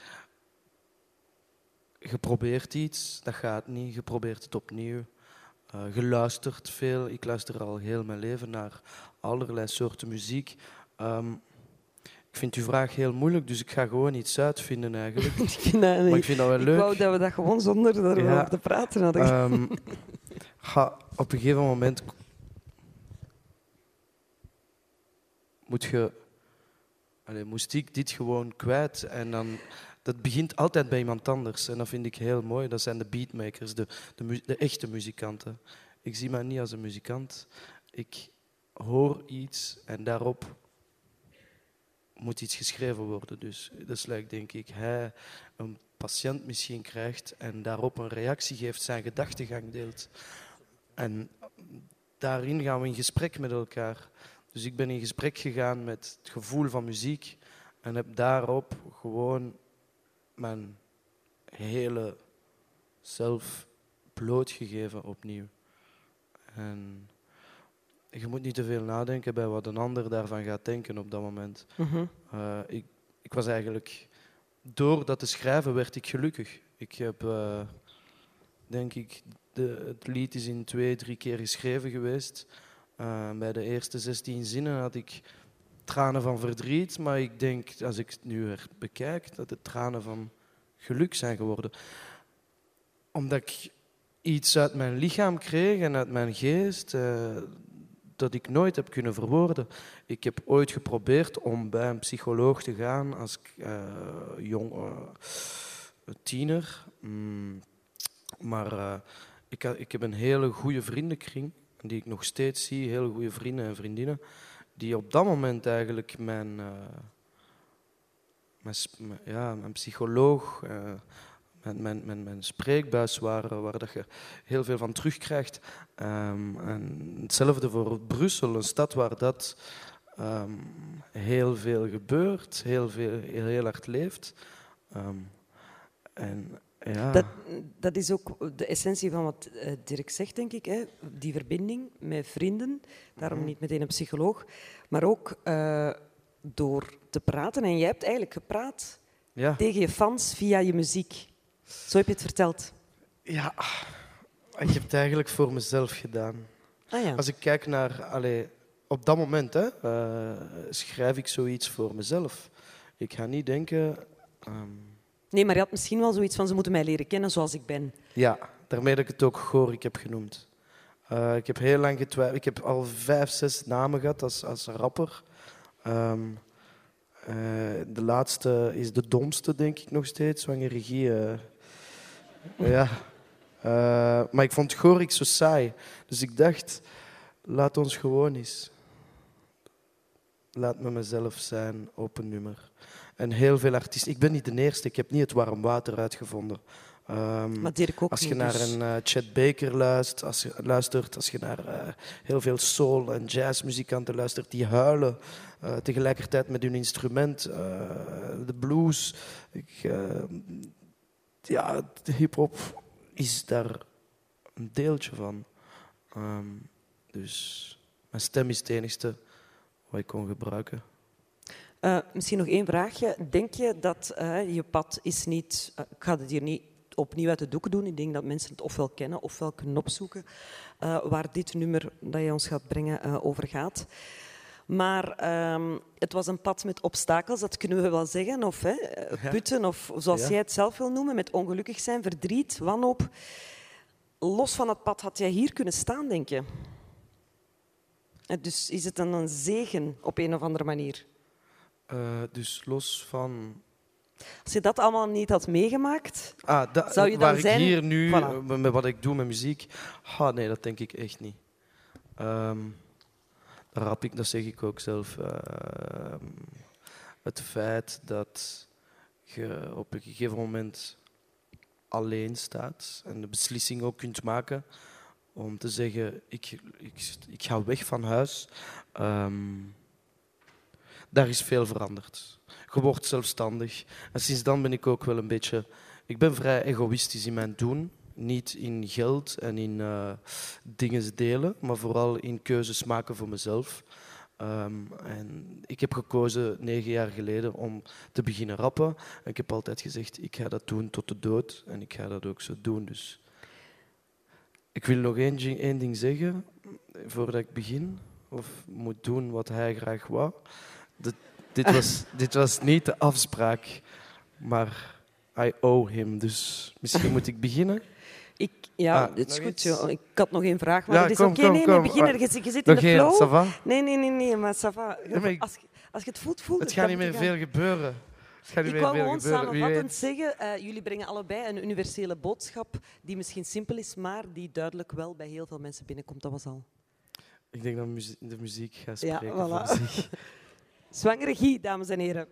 je probeert iets, dat gaat niet. Je probeert het opnieuw. Uh, je luistert veel. Ik luister al heel mijn leven naar allerlei soorten muziek. Um, Ik vind uw vraag heel moeilijk, dus ik ga gewoon iets uitvinden eigenlijk. ik vind dat, nee. Maar ik vind dat wel leuk. Ik wou dat we dat gewoon zonder erover ja. te praten hadden. Um, ga, op een gegeven moment moet je, allez, moest ik dit gewoon kwijt. En dan, dat begint altijd bij iemand anders. En dat vind ik heel mooi. Dat zijn de beatmakers, de, de, de echte muzikanten. Ik zie mij niet als een muzikant. Ik hoor iets en daarop moet iets geschreven worden. Dus dat is like, denk ik, hij een patiënt misschien krijgt en daarop een reactie geeft, zijn gedachtegang deelt. En daarin gaan we in gesprek met elkaar. Dus ik ben in gesprek gegaan met het gevoel van muziek en heb daarop gewoon mijn hele zelf blootgegeven opnieuw. En je moet niet te veel nadenken bij wat een ander daarvan gaat denken op dat moment. Mm-hmm. Uh, ik, ik was eigenlijk... Door dat te schrijven werd ik gelukkig. Ik heb, uh, denk ik, de, het lied is in twee, drie keer geschreven geweest. Uh, bij de eerste zestien zinnen had ik tranen van verdriet, maar ik denk, als ik het nu bekijk, dat het tranen van geluk zijn geworden. Omdat ik iets uit mijn lichaam kreeg en uit mijn geest... Uh, dat ik nooit heb kunnen verwoorden. Ik heb ooit geprobeerd om bij een psycholoog te gaan als uh, jong uh, tiener. Mm, maar uh, ik, ik heb een hele goede vriendenkring, die ik nog steeds zie, hele goede vrienden en vriendinnen, die op dat moment eigenlijk mijn, uh, mijn, ja, mijn psycholoog... Uh, Mijn, mijn, mijn, mijn spreekbuis waren, waar dat je heel veel van terugkrijgt. Um, en hetzelfde voor Brussel, een stad waar dat um, heel veel gebeurt, heel, veel, heel, heel hard leeft. Um, en, ja. dat, dat is ook de essentie van wat uh, Dirk zegt, denk ik. Hè? Die verbinding met vrienden, daarom niet meteen een psycholoog, maar ook uh, door te praten. En jij hebt eigenlijk gepraat ja. tegen je fans via je muziek. Zo heb je het verteld. Ja, Ik heb het eigenlijk voor mezelf gedaan. Ah, ja. Als ik kijk naar... Allee, op dat moment hè, uh, schrijf ik zoiets voor mezelf. Ik ga niet denken... Um... Nee, maar je had misschien wel zoiets van... Ze moeten mij leren kennen zoals ik ben. Ja, daarmee dat ik het ook Gorik heb genoemd. Uh, ik heb heel lang getwijfeld. Ik heb al vijf, zes namen gehad als, als rapper. Um, uh, de laatste is de domste, denk ik nog steeds. Zwanger regie. Uh, ja... Uh, maar ik vond Gorik zo saai. Dus ik dacht, laat ons gewoon eens. Laat me mezelf zijn op een nummer. En heel veel artiesten... Ik ben niet de eerste, ik heb niet het warm water uitgevonden. Um, maar Dirk ook als je niet, naar dus. een uh, Chet Baker luistert, als je, luistert, als je naar uh, heel veel soul- en jazzmuzikanten luistert die huilen uh, tegelijkertijd met hun instrument, uh, de blues... Ik, uh, ja, de hip-hop... is daar een deeltje van. Um, dus mijn stem is het enigste wat ik kon gebruiken. Uh, misschien nog één vraagje. Denk je dat uh, je pad is niet... Uh, ik ga het hier niet opnieuw uit de doeken doen. Ik denk dat mensen het ofwel kennen ofwel kunnen opzoeken uh, waar dit nummer dat je ons gaat brengen uh, over gaat. Maar um, het was een pad met obstakels, dat kunnen we wel zeggen. Of hè, putten, of zoals ja. jij het zelf wil noemen, met ongelukkig zijn, verdriet, wanhoop. Los van het pad had jij hier kunnen staan, denk je? Dus is het dan een zegen op een of andere manier? Uh, dus los van... Als je dat allemaal niet had meegemaakt, ah, da, zou je dan waar zijn... ik hier nu, voilà. met wat ik doe met muziek... Ah, nee, dat denk ik echt niet. Um, Rap ik, dat zeg ik ook zelf. Uh, het feit dat je op een gegeven moment alleen staat en de beslissing ook kunt maken om te zeggen, ik, ik, ik ga weg van huis. Um, daar is veel veranderd. Je wordt zelfstandig. En sinds dan ben ik ook wel een beetje... Ik ben vrij egoïstisch in mijn doen. Niet in geld en in uh, dingen delen, maar vooral in keuzes maken voor mezelf. Um, en ik heb gekozen negen jaar geleden om te beginnen rappen. En ik heb altijd gezegd, ik ga dat doen tot de dood. En ik ga dat ook zo doen. Dus ik wil nog één, één ding zeggen, voordat ik begin. Of moet doen wat hij graag wou. De, dit, was, dit was niet de afspraak, maar I owe him. Dus misschien moet ik beginnen. Ik, ja, ah, het is goed. Zo. Ik had nog één vraag, maar ja, het is oké. Okay. Nee, nee, begin er. Je, je zit in de flow. Ça va? Nee, nee, nee, nee, maar ça va. Ja, maar ik, als, als je het voelt, voelt het. Het gaat niet meer veel gebeuren. Het gaat niet ik meer wou veel gewoon gebeuren. samenvattend zeggen, uh, jullie brengen allebei een universele boodschap die misschien simpel is, maar die duidelijk wel bij heel veel mensen binnenkomt. Dat was al. Ik denk dat muzie- de muziek gaat spreken ja, voilà. voor zich. Zwanger regie, dames en heren.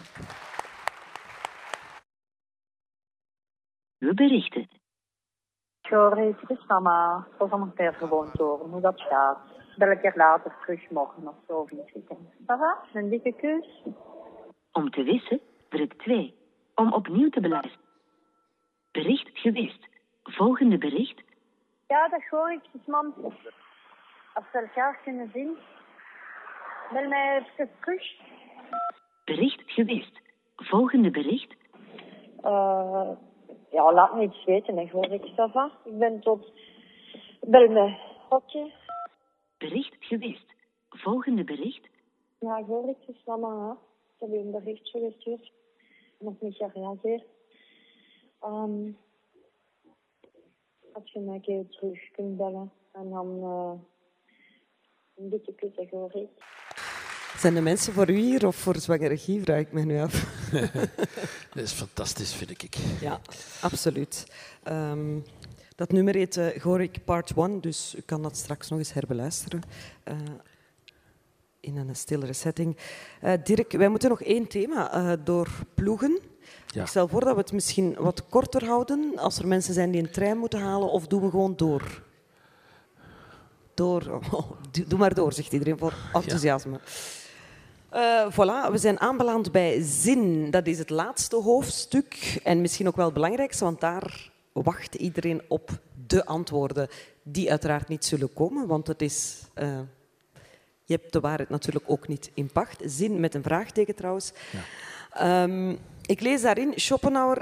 We berichten. Gorik, het is mama. Ik wil van mijn gewoon horen hoe dat gaat. Bel een keer later terug morgen of zo. Of iets. Ça va? Een dikke kus. Om te wissen, druk twee. Om opnieuw te beluisteren. Bericht geweest. Volgende bericht. Ja, dat hoor ik. Dus mam, als we elkaar kunnen zien, bel mij even terug. Bericht geweest. Volgende bericht. Uh, ja, laat me iets weten, hè, hoor ik. Ça va? Ik ben tot... Bel me. Oké. Okay. Bericht geweest. Volgende bericht. Ja, hoor ik. Dus mama, hè. Ik heb je een berichtje gestuurd. Nog niet gereageerd. Um, als je mij een keer terug kunt bellen. En dan uh, een dikke kus, hoor ik. Zijn de mensen voor u hier of voor zwangere regie, vraag ik me nu af. Dat is fantastisch, vind ik. Ja, absoluut. Um, dat nummer heet uh, Gorik Part één, dus u kan dat straks nog eens herbeluisteren. Uh, in een stillere setting. Uh, Dirk, wij moeten nog één thema uh, doorploegen. Ja. Ik stel voor dat we het misschien wat korter houden, als er mensen zijn die een trein moeten halen, of doen we gewoon door? Door. Oh, doe maar door, zegt iedereen, voor enthousiasme. Ja. Uh, voilà, we zijn aanbeland bij zin. Dat is het laatste hoofdstuk en misschien ook wel het belangrijkste, want daar wacht iedereen op de antwoorden, die uiteraard niet zullen komen, want het is... Uh, je hebt de waarheid natuurlijk ook niet in pacht. Zin met een vraagteken trouwens. Ja. Um, ik lees daarin, Schopenhauer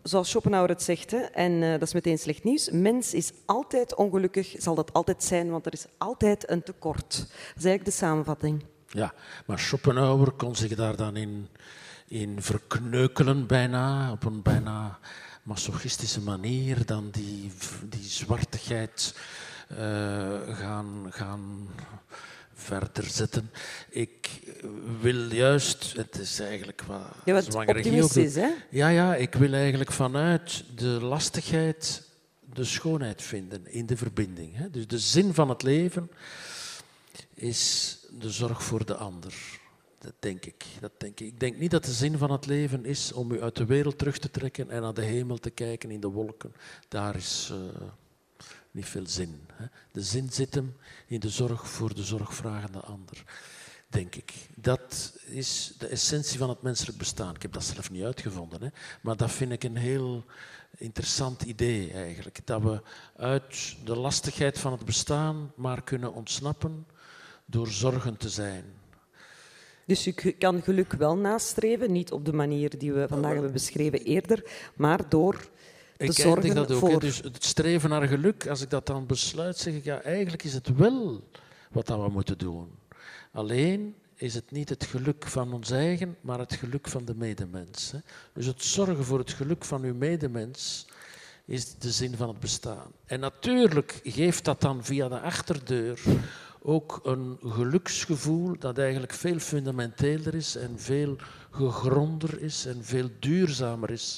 zoals Schopenhauer het zegt, hè, en uh, dat is meteen slecht nieuws, mens is altijd ongelukkig, zal dat altijd zijn, want er is altijd een tekort. Dat is eigenlijk de samenvatting. Ja, maar Schopenhauer kon zich daar dan in, in verkneukelen bijna, op een bijna masochistische manier, dan die, die zwartigheid uh, gaan... gaan verder zetten. Ik wil juist, het is eigenlijk wat... Ja, wat optimistisch, hè? Ja, ja, ik wil eigenlijk vanuit de lastigheid de schoonheid vinden in de verbinding. Hè? Dus de zin van het leven is de zorg voor de ander. Dat denk ik. Dat denk ik. Ik denk niet dat de zin van het leven is om u uit de wereld terug te trekken en naar de hemel te kijken in de wolken. Daar is... Uh, niet veel zin. Hè. De zin zit hem in de zorg voor de zorgvragende ander, denk ik. Dat is de essentie van het menselijk bestaan. Ik heb dat zelf niet uitgevonden, hè. Maar dat vind ik een heel interessant idee eigenlijk. Dat we uit de lastigheid van het bestaan maar kunnen ontsnappen door zorgend te zijn. Dus je kan geluk wel nastreven, niet op de manier die we vandaag hebben beschreven eerder, maar door... Ik eindig dat ook. Voor... Dus het streven naar geluk, als ik dat dan besluit, zeg ik, ja, eigenlijk is het wel wat dat we moeten doen. Alleen is het niet het geluk van ons eigen, maar het geluk van de medemens. Hè. Dus het zorgen voor het geluk van uw medemens is de zin van het bestaan. En natuurlijk geeft dat dan via de achterdeur ook een geluksgevoel dat eigenlijk veel fundamenteler is en veel gegronder is en veel duurzamer is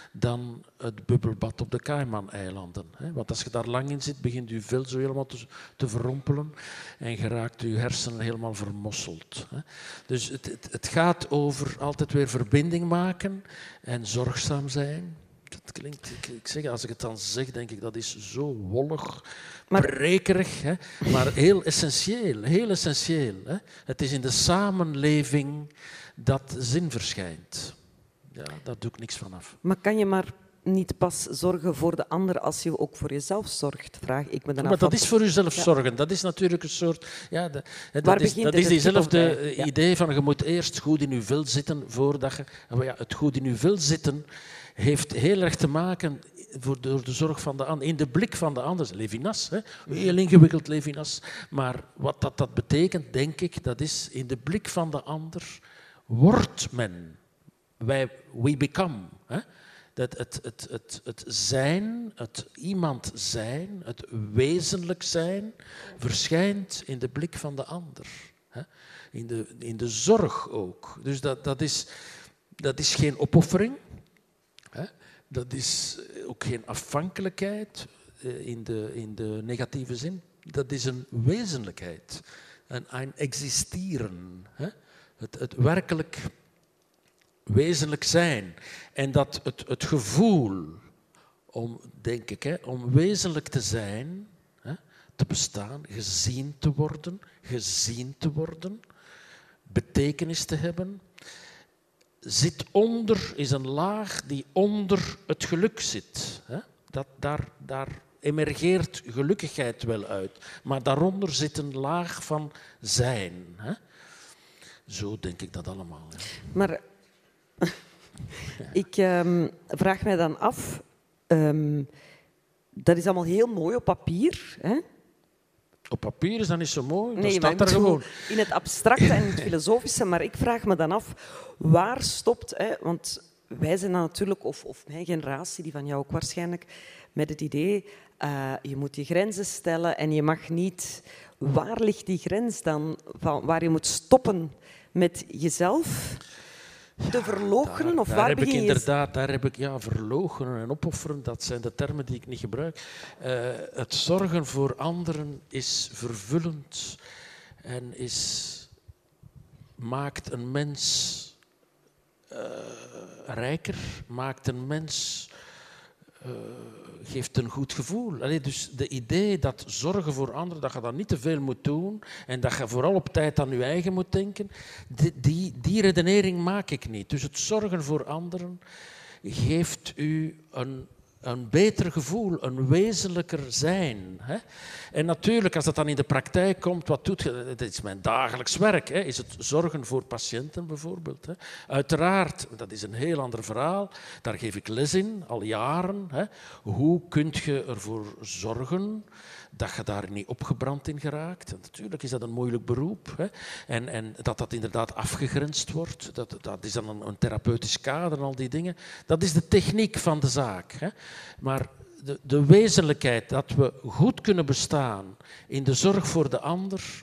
dan het bubbelbad op de Cayman-eilanden. Want als je daar lang in zit, begint je vel zo helemaal te, te verrompelen en geraakt je hersenen helemaal vermosseld. Dus het, het, het gaat over altijd weer verbinding maken en zorgzaam zijn. Dat klinkt, ik, ik zeg, als ik het dan zeg, denk ik, dat is zo wollig, brekerig, hè? Maar heel essentieel, heel essentieel. Hè? Het is in de samenleving dat zin verschijnt. Ja, daar doe ik niks van af. Maar kan je maar niet pas zorgen voor de ander als je ook voor jezelf zorgt, vraag ik me dan af. Maar dat is voor jezelf zorgen. Ja. Dat is natuurlijk een soort... Ja, de, dat Waar is, dat is diezelfde ja. idee van je moet eerst goed in je vel zitten voordat je... Ja, het goed in je vel zitten heeft heel erg te maken voor, door de zorg van de ander. In de blik van de ander. Levinas, hè? Heel ingewikkeld Levinas. Maar wat dat, dat betekent, denk ik, dat is in de blik van de ander wordt men... Wij, we become. Hè? Dat het, het, het, het zijn, het iemand zijn, het wezenlijk zijn, verschijnt in de blik van de ander. Hè? In, de, in de zorg ook. Dus dat, dat, is, dat is geen opoffering. Hè? Dat is ook geen afhankelijkheid in de, in de negatieve zin. Dat is een wezenlijkheid. Een, een existeren. Hè? Het, het werkelijk... wezenlijk zijn. En dat het, het gevoel om, denk ik, hè, om wezenlijk te zijn, hè, te bestaan, gezien te worden, gezien te worden, betekenis te hebben, zit onder, is een laag die onder het geluk zit. Hè. Dat, daar, daar emergeert gelukkigheid wel uit. Maar daaronder zit een laag van zijn. Hè. Zo denk ik dat allemaal. Ja. Maar... Ik um, vraag mij dan af, um, dat is allemaal heel mooi op papier. Hè? Op papier is dat niet zo mooi, nee, dat staat er gewoon. In het abstracte en het filosofische, maar ik vraag me dan af, waar stopt... Hè, want wij zijn dan natuurlijk, of, of mijn generatie, die van jou ook waarschijnlijk, met het idee, uh, je moet je grenzen stellen en je mag niet... Waar ligt die grens dan, van waar je moet stoppen met jezelf... te verloochenen? Ja, of daar waar heb begin ik je... inderdaad, daar heb ik ja, verloochenen en opofferen, dat zijn de termen die ik niet gebruik. Uh, het zorgen voor anderen is vervullend en is, maakt een mens uh, rijker, maakt een mens... Uh, geeft een goed gevoel. Allee, dus de idee dat zorgen voor anderen, dat je dat niet te veel moet doen en dat je vooral op tijd aan je eigen moet denken, die, die, die redenering maak ik niet. Dus het zorgen voor anderen geeft u een een beter gevoel, een wezenlijker zijn. Hè? En natuurlijk, als dat dan in de praktijk komt, wat doet je? Dat is mijn dagelijks werk. Hè? Is het zorgen voor patiënten bijvoorbeeld? Hè? Uiteraard, dat is een heel ander verhaal. Daar geef ik les in, al jaren. Hè? Hoe kun je ervoor zorgen dat je daar niet opgebrand in geraakt? En natuurlijk is dat een moeilijk beroep. Hè? En, en dat dat inderdaad afgegrensd wordt. Dat, dat is dan een, een therapeutisch kader en al die dingen. Dat is de techniek van de zaak. Hè? Maar de, de wezenlijkheid dat we goed kunnen bestaan in de zorg voor de ander,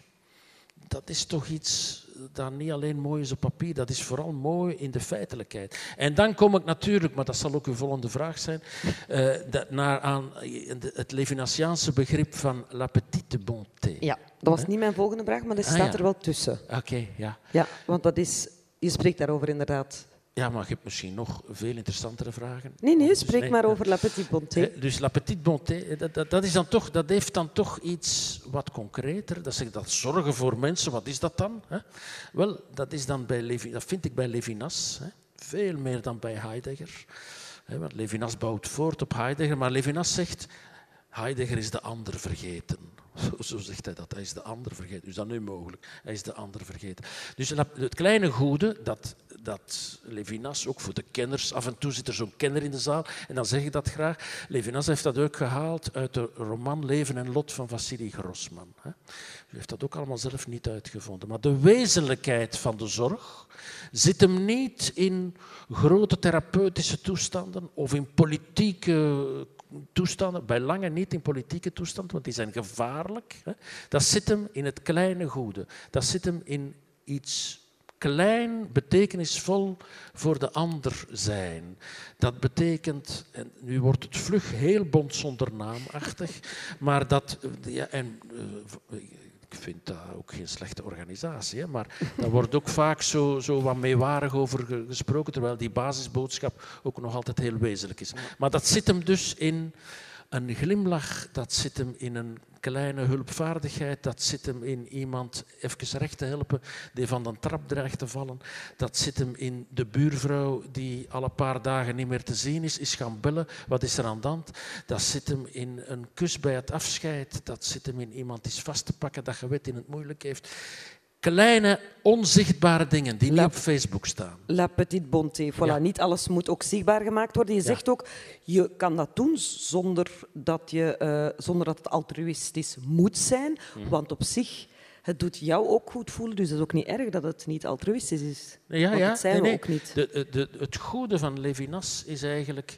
dat is toch iets dat niet alleen mooi is op papier, dat is vooral mooi in de feitelijkheid. En dan kom ik natuurlijk, maar dat zal ook uw volgende vraag zijn, uh, dat naar aan het Levinasiaanse begrip van la petite bonté. Ja, dat was niet mijn volgende vraag, maar dat staat ah, ja. er wel tussen. Oké, okay, ja. Ja, want dat is, je spreekt daarover inderdaad. Ja, maar je hebt misschien nog veel interessantere vragen. Nee, nee, spreek dus, nee, maar over la petite bonté. Dus la petite bonté, dat, dat, dat, is dan toch, dat heeft dan toch iets wat concreter. Dat zegt dat zorgen voor mensen, wat is dat dan? Hè? Wel, dat, is dan bij Levi, dat vind ik bij Levinas, hè? Veel meer dan bij Heidegger. Hè? Want Levinas bouwt voort op Heidegger, maar Levinas zegt, Heidegger is de ander vergeten. Zo, zo zegt hij dat, hij is de ander vergeten. Is dat nu mogelijk? Hij is de ander vergeten. Dus het kleine goede, dat, dat Levinas, ook voor de kenners, af en toe zit er zo'n kenner in de zaal, en dan zeg ik dat graag. Levinas heeft dat ook gehaald uit de roman Leven en Lot van Vassili Grossman. U heeft dat ook allemaal zelf niet uitgevonden. Maar de wezenlijkheid van de zorg zit hem niet in grote therapeutische toestanden of in politieke toestanden, bij lange niet in politieke toestanden, want die zijn gevaarlijk. Hè. Dat zit hem in het kleine goede. Dat zit hem in iets klein, betekenisvol voor de ander zijn. Dat betekent, en nu wordt het vlug heel bont zonder naamachtig, maar dat... Ja, en, uh, ik vind dat ook geen slechte organisatie, hè, maar daar wordt ook vaak zo, zo wat meewarig over gesproken, terwijl die basisboodschap ook nog altijd heel wezenlijk is. Maar dat zit hem dus in een glimlach, dat zit hem in een kleine hulpvaardigheid, dat zit hem in iemand even recht te helpen die van de trap dreigt te vallen. Dat zit hem in de buurvrouw die al een paar dagen niet meer te zien is, is gaan bellen. Wat is er aan de hand? Dat zit hem in een kus bij het afscheid. Dat zit hem in iemand die is vast te pakken, dat je weet in het moeilijk heeft. Kleine, onzichtbare dingen die La, niet op Facebook staan. La petite bonté. Voilà. Ja. Niet alles moet ook zichtbaar gemaakt worden. Je zegt ja. ook, je kan dat doen zonder dat, je, uh, zonder dat het altruïstisch moet zijn. Mm. Want op zich, het doet jou ook goed voelen. Dus het is ook niet erg dat het niet altruïstisch is. Ja, want ja. dat zijn nee, we nee. ook niet. De, de, het goede van Levinas is eigenlijk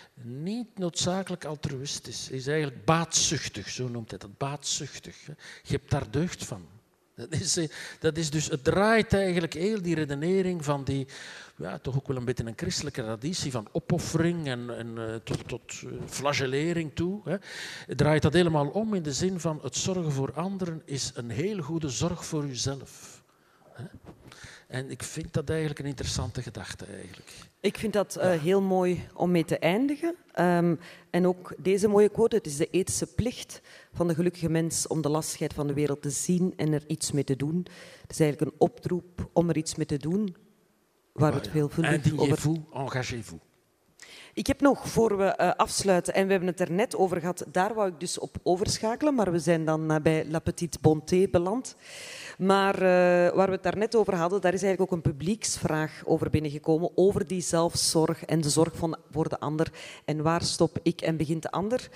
niet noodzakelijk altruïstisch. Het is eigenlijk baatzuchtig, zo noemt hij dat. Baatzuchtig. Je hebt daar deugd van. Dat is, dat is dus, het draait eigenlijk heel die redenering van die, ja, toch ook wel een beetje een christelijke traditie van opoffering en, en uh, tot, tot uh, flagellering toe. Hè. Het draait dat helemaal om in de zin van het zorgen voor anderen is een heel goede zorg voor uzelf. Hè. En ik vind dat eigenlijk een interessante gedachte eigenlijk. Ik vind dat uh, heel mooi om mee te eindigen. Um, en ook deze mooie quote, het is de ethische plicht van de gelukkige mens om de lastigheid van de wereld te zien en er iets mee te doen. Het is eigenlijk een oproep om er iets mee te doen, waar we het veelvuldig over... Indignez-vous, engagez-vous. Ik heb nog, voor we uh, afsluiten, en we hebben het er net over gehad, daar wou ik dus op overschakelen, maar we zijn dan uh, bij La Petite Bonté beland. Maar uh, waar we het daar net over hadden, daar is eigenlijk ook een publieksvraag over binnengekomen, over die zelfzorg en de zorg van, voor de ander. En waar stop ik en begint de ander?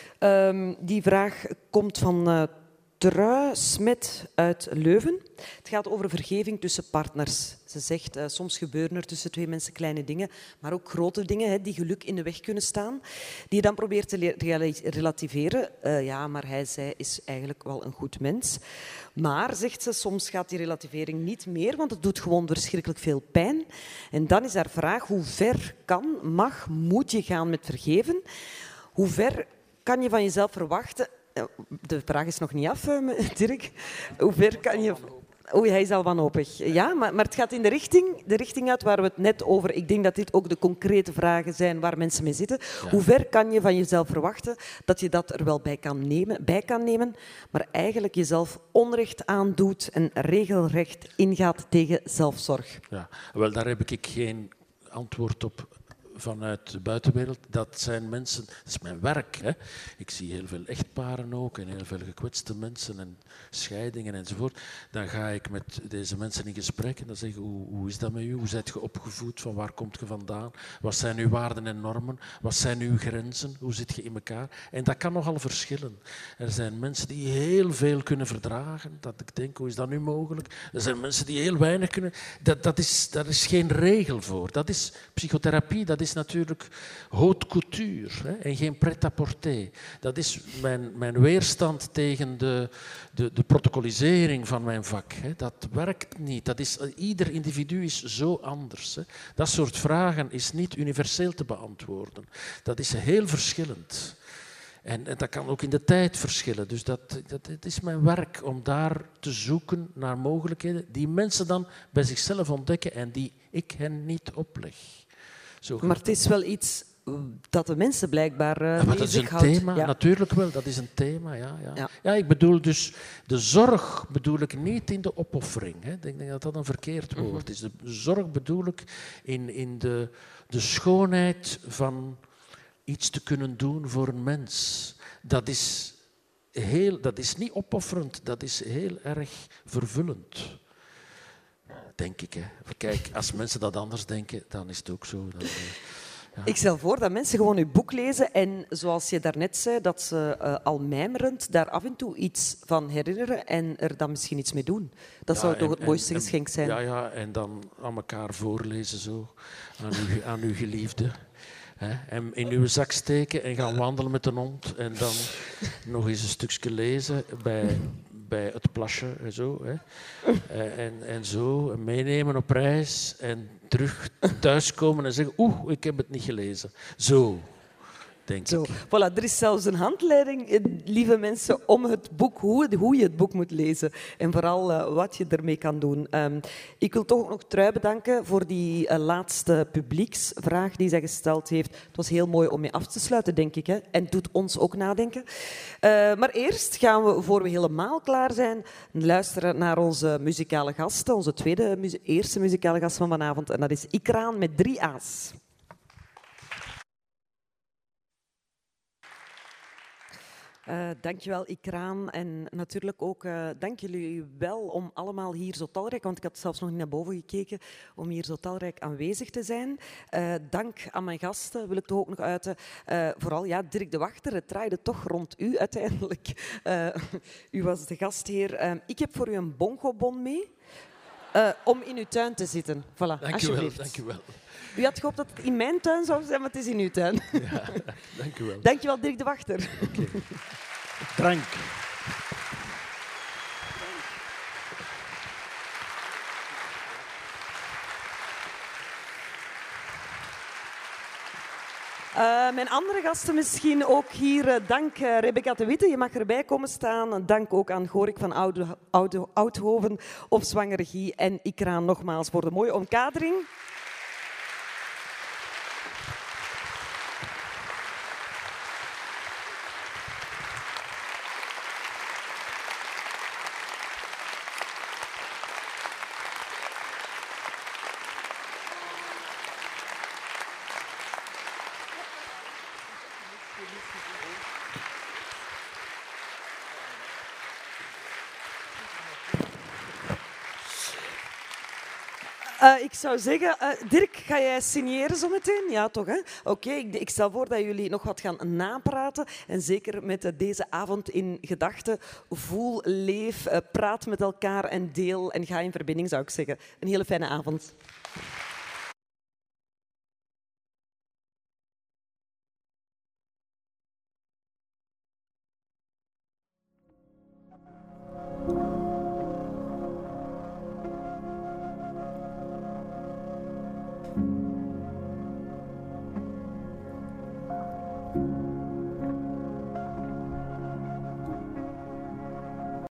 Um, die vraag komt van uh, Trui Smet uit Leuven. Het gaat over vergeving tussen partners. Ze zegt, uh, soms gebeuren er tussen twee mensen kleine dingen, maar ook grote dingen hè, die geluk in de weg kunnen staan, die je dan probeert te relativeren. Uh, ja, maar hij, zij is eigenlijk wel een goed mens. Maar, zegt ze, soms gaat die relativering niet meer, want het doet gewoon verschrikkelijk veel pijn. En dan is haar vraag, hoe ver kan, mag, moet je gaan met vergeven? Hoe ver kan je van jezelf verwachten... De vraag is nog niet af, Dirk. Hoe ver kan je... Oei, hij is al wanhopig. Ja, maar, maar het gaat in de richting, de richting uit waar we het net over... Ik denk dat dit ook de concrete vragen zijn waar mensen mee zitten. Ja. Hoe ver kan je van jezelf verwachten dat je dat er wel bij kan nemen, bij kan nemen, maar eigenlijk jezelf onrecht aandoet en regelrecht ingaat tegen zelfzorg? Ja, wel, daar heb ik geen antwoord op vanuit de buitenwereld. Dat zijn mensen, dat is mijn werk. Hè. Ik zie heel veel echtparen ook en heel veel gekwetste mensen en scheidingen enzovoort. Dan ga ik met deze mensen in gesprek en dan zeg ik, hoe, hoe is dat met u? Hoe bent je opgevoed? Van waar komt je vandaan? Wat zijn uw waarden en normen? Wat zijn uw grenzen? Hoe zit je in elkaar? En dat kan nogal verschillen. Er zijn mensen die heel veel kunnen verdragen. Dat ik denk, hoe is dat nu mogelijk? Er zijn mensen die heel weinig kunnen. Dat, dat is, daar is geen regel voor. Dat is psychotherapie, dat is natuurlijk haute couture, hè, en geen pret-à-porter. Dat is mijn, mijn weerstand tegen de, de, de protocolisering van mijn vak. Hè. Dat werkt niet. Dat is, ieder individu is zo anders. Hè. Dat soort vragen is niet universeel te beantwoorden. Dat is heel verschillend. En, en dat kan ook in de tijd verschillen. Dus dat, dat, het is mijn werk om daar te zoeken naar mogelijkheden die mensen dan bij zichzelf ontdekken en die ik hen niet opleg. Zo maar het is wel iets dat de mensen blijkbaar uh, ja, maar dat is een thema, ja. Natuurlijk wel. Dat is een thema, ja, ja. Ja. Ja, ik bedoel dus, de zorg bedoel ik niet in de opoffering. Hè. Ik denk dat dat een verkeerd woord is. De zorg bedoel ik in, in de, de schoonheid van iets te kunnen doen voor een mens. Dat is, heel, dat is niet opofferend, dat is heel erg vervullend. Denk ik. Hè. Kijk, als mensen dat anders denken, dan is het ook zo. Dan, ja. Ik stel voor dat mensen gewoon uw boek lezen en zoals je daarnet zei, dat ze uh, al mijmerend daar af en toe iets van herinneren en er dan misschien iets mee doen. Dat ja, zou toch en, het mooiste en, geschenk zijn. Ja, ja, en dan aan elkaar voorlezen zo, aan uw, aan uw geliefde. He, en in uw zak steken en gaan wandelen met een hond. En dan nog eens een stukje lezen bij, bij het plasje en zo. Hè. En, en zo en meenemen op reis en terug thuiskomen en zeggen, oeh, ik heb het niet gelezen. Zo. Denk Zo. ik. Voilà, er is zelfs een handleiding, lieve mensen, om het boek, hoe, hoe je het boek moet lezen. En vooral uh, wat je ermee kan doen. Um, ik wil toch ook nog Trui bedanken voor die uh, laatste publieksvraag die zij gesteld heeft. Het was heel mooi om mee af te sluiten, denk ik. Hè? En doet ons ook nadenken. Uh, maar eerst gaan we, voor we helemaal klaar zijn, luisteren naar onze muzikale gasten. Onze tweede, mu- eerste muzikale gast van vanavond. En dat is Ikraan met drie A's. Uh, dankjewel, Ikraan. En natuurlijk ook uh, dank jullie wel om allemaal hier zo talrijk, want ik had zelfs nog niet naar boven gekeken, om hier zo talrijk aanwezig te zijn. Uh, dank aan mijn gasten, wil ik toch ook nog uiten. Uh, vooral ja, Dirk de Wachter, het draaide toch rond u uiteindelijk. Uh, u was de gastheer. Uh, ik heb voor u een bongobon mee. Uh, om in uw tuin te zitten. Voilà, dank alsjeblieft. U wel, dank u wel. U had gehoopt dat het in mijn tuin zou zijn, maar het is in uw tuin. Ja, dank u wel. Dank je wel, Dirk de Wachter. Oké. Okay. Drank. Uh, mijn andere gasten misschien ook hier. Uh, dank uh, Rebecca de Witte, je mag erbij komen staan. Dank ook aan Gorik van Oude, Oude, Oudhoven op zwangeregie. En Ikraan nogmaals voor de mooie omkadering. Uh, ik zou zeggen, uh, Dirk, ga jij signeren zometeen? Ja, toch? Oké, okay, ik, ik stel voor dat jullie nog wat gaan napraten. En zeker met uh, deze avond in gedachten. Voel, leef, uh, praat met elkaar en deel. En ga in verbinding, zou ik zeggen. Een hele fijne avond.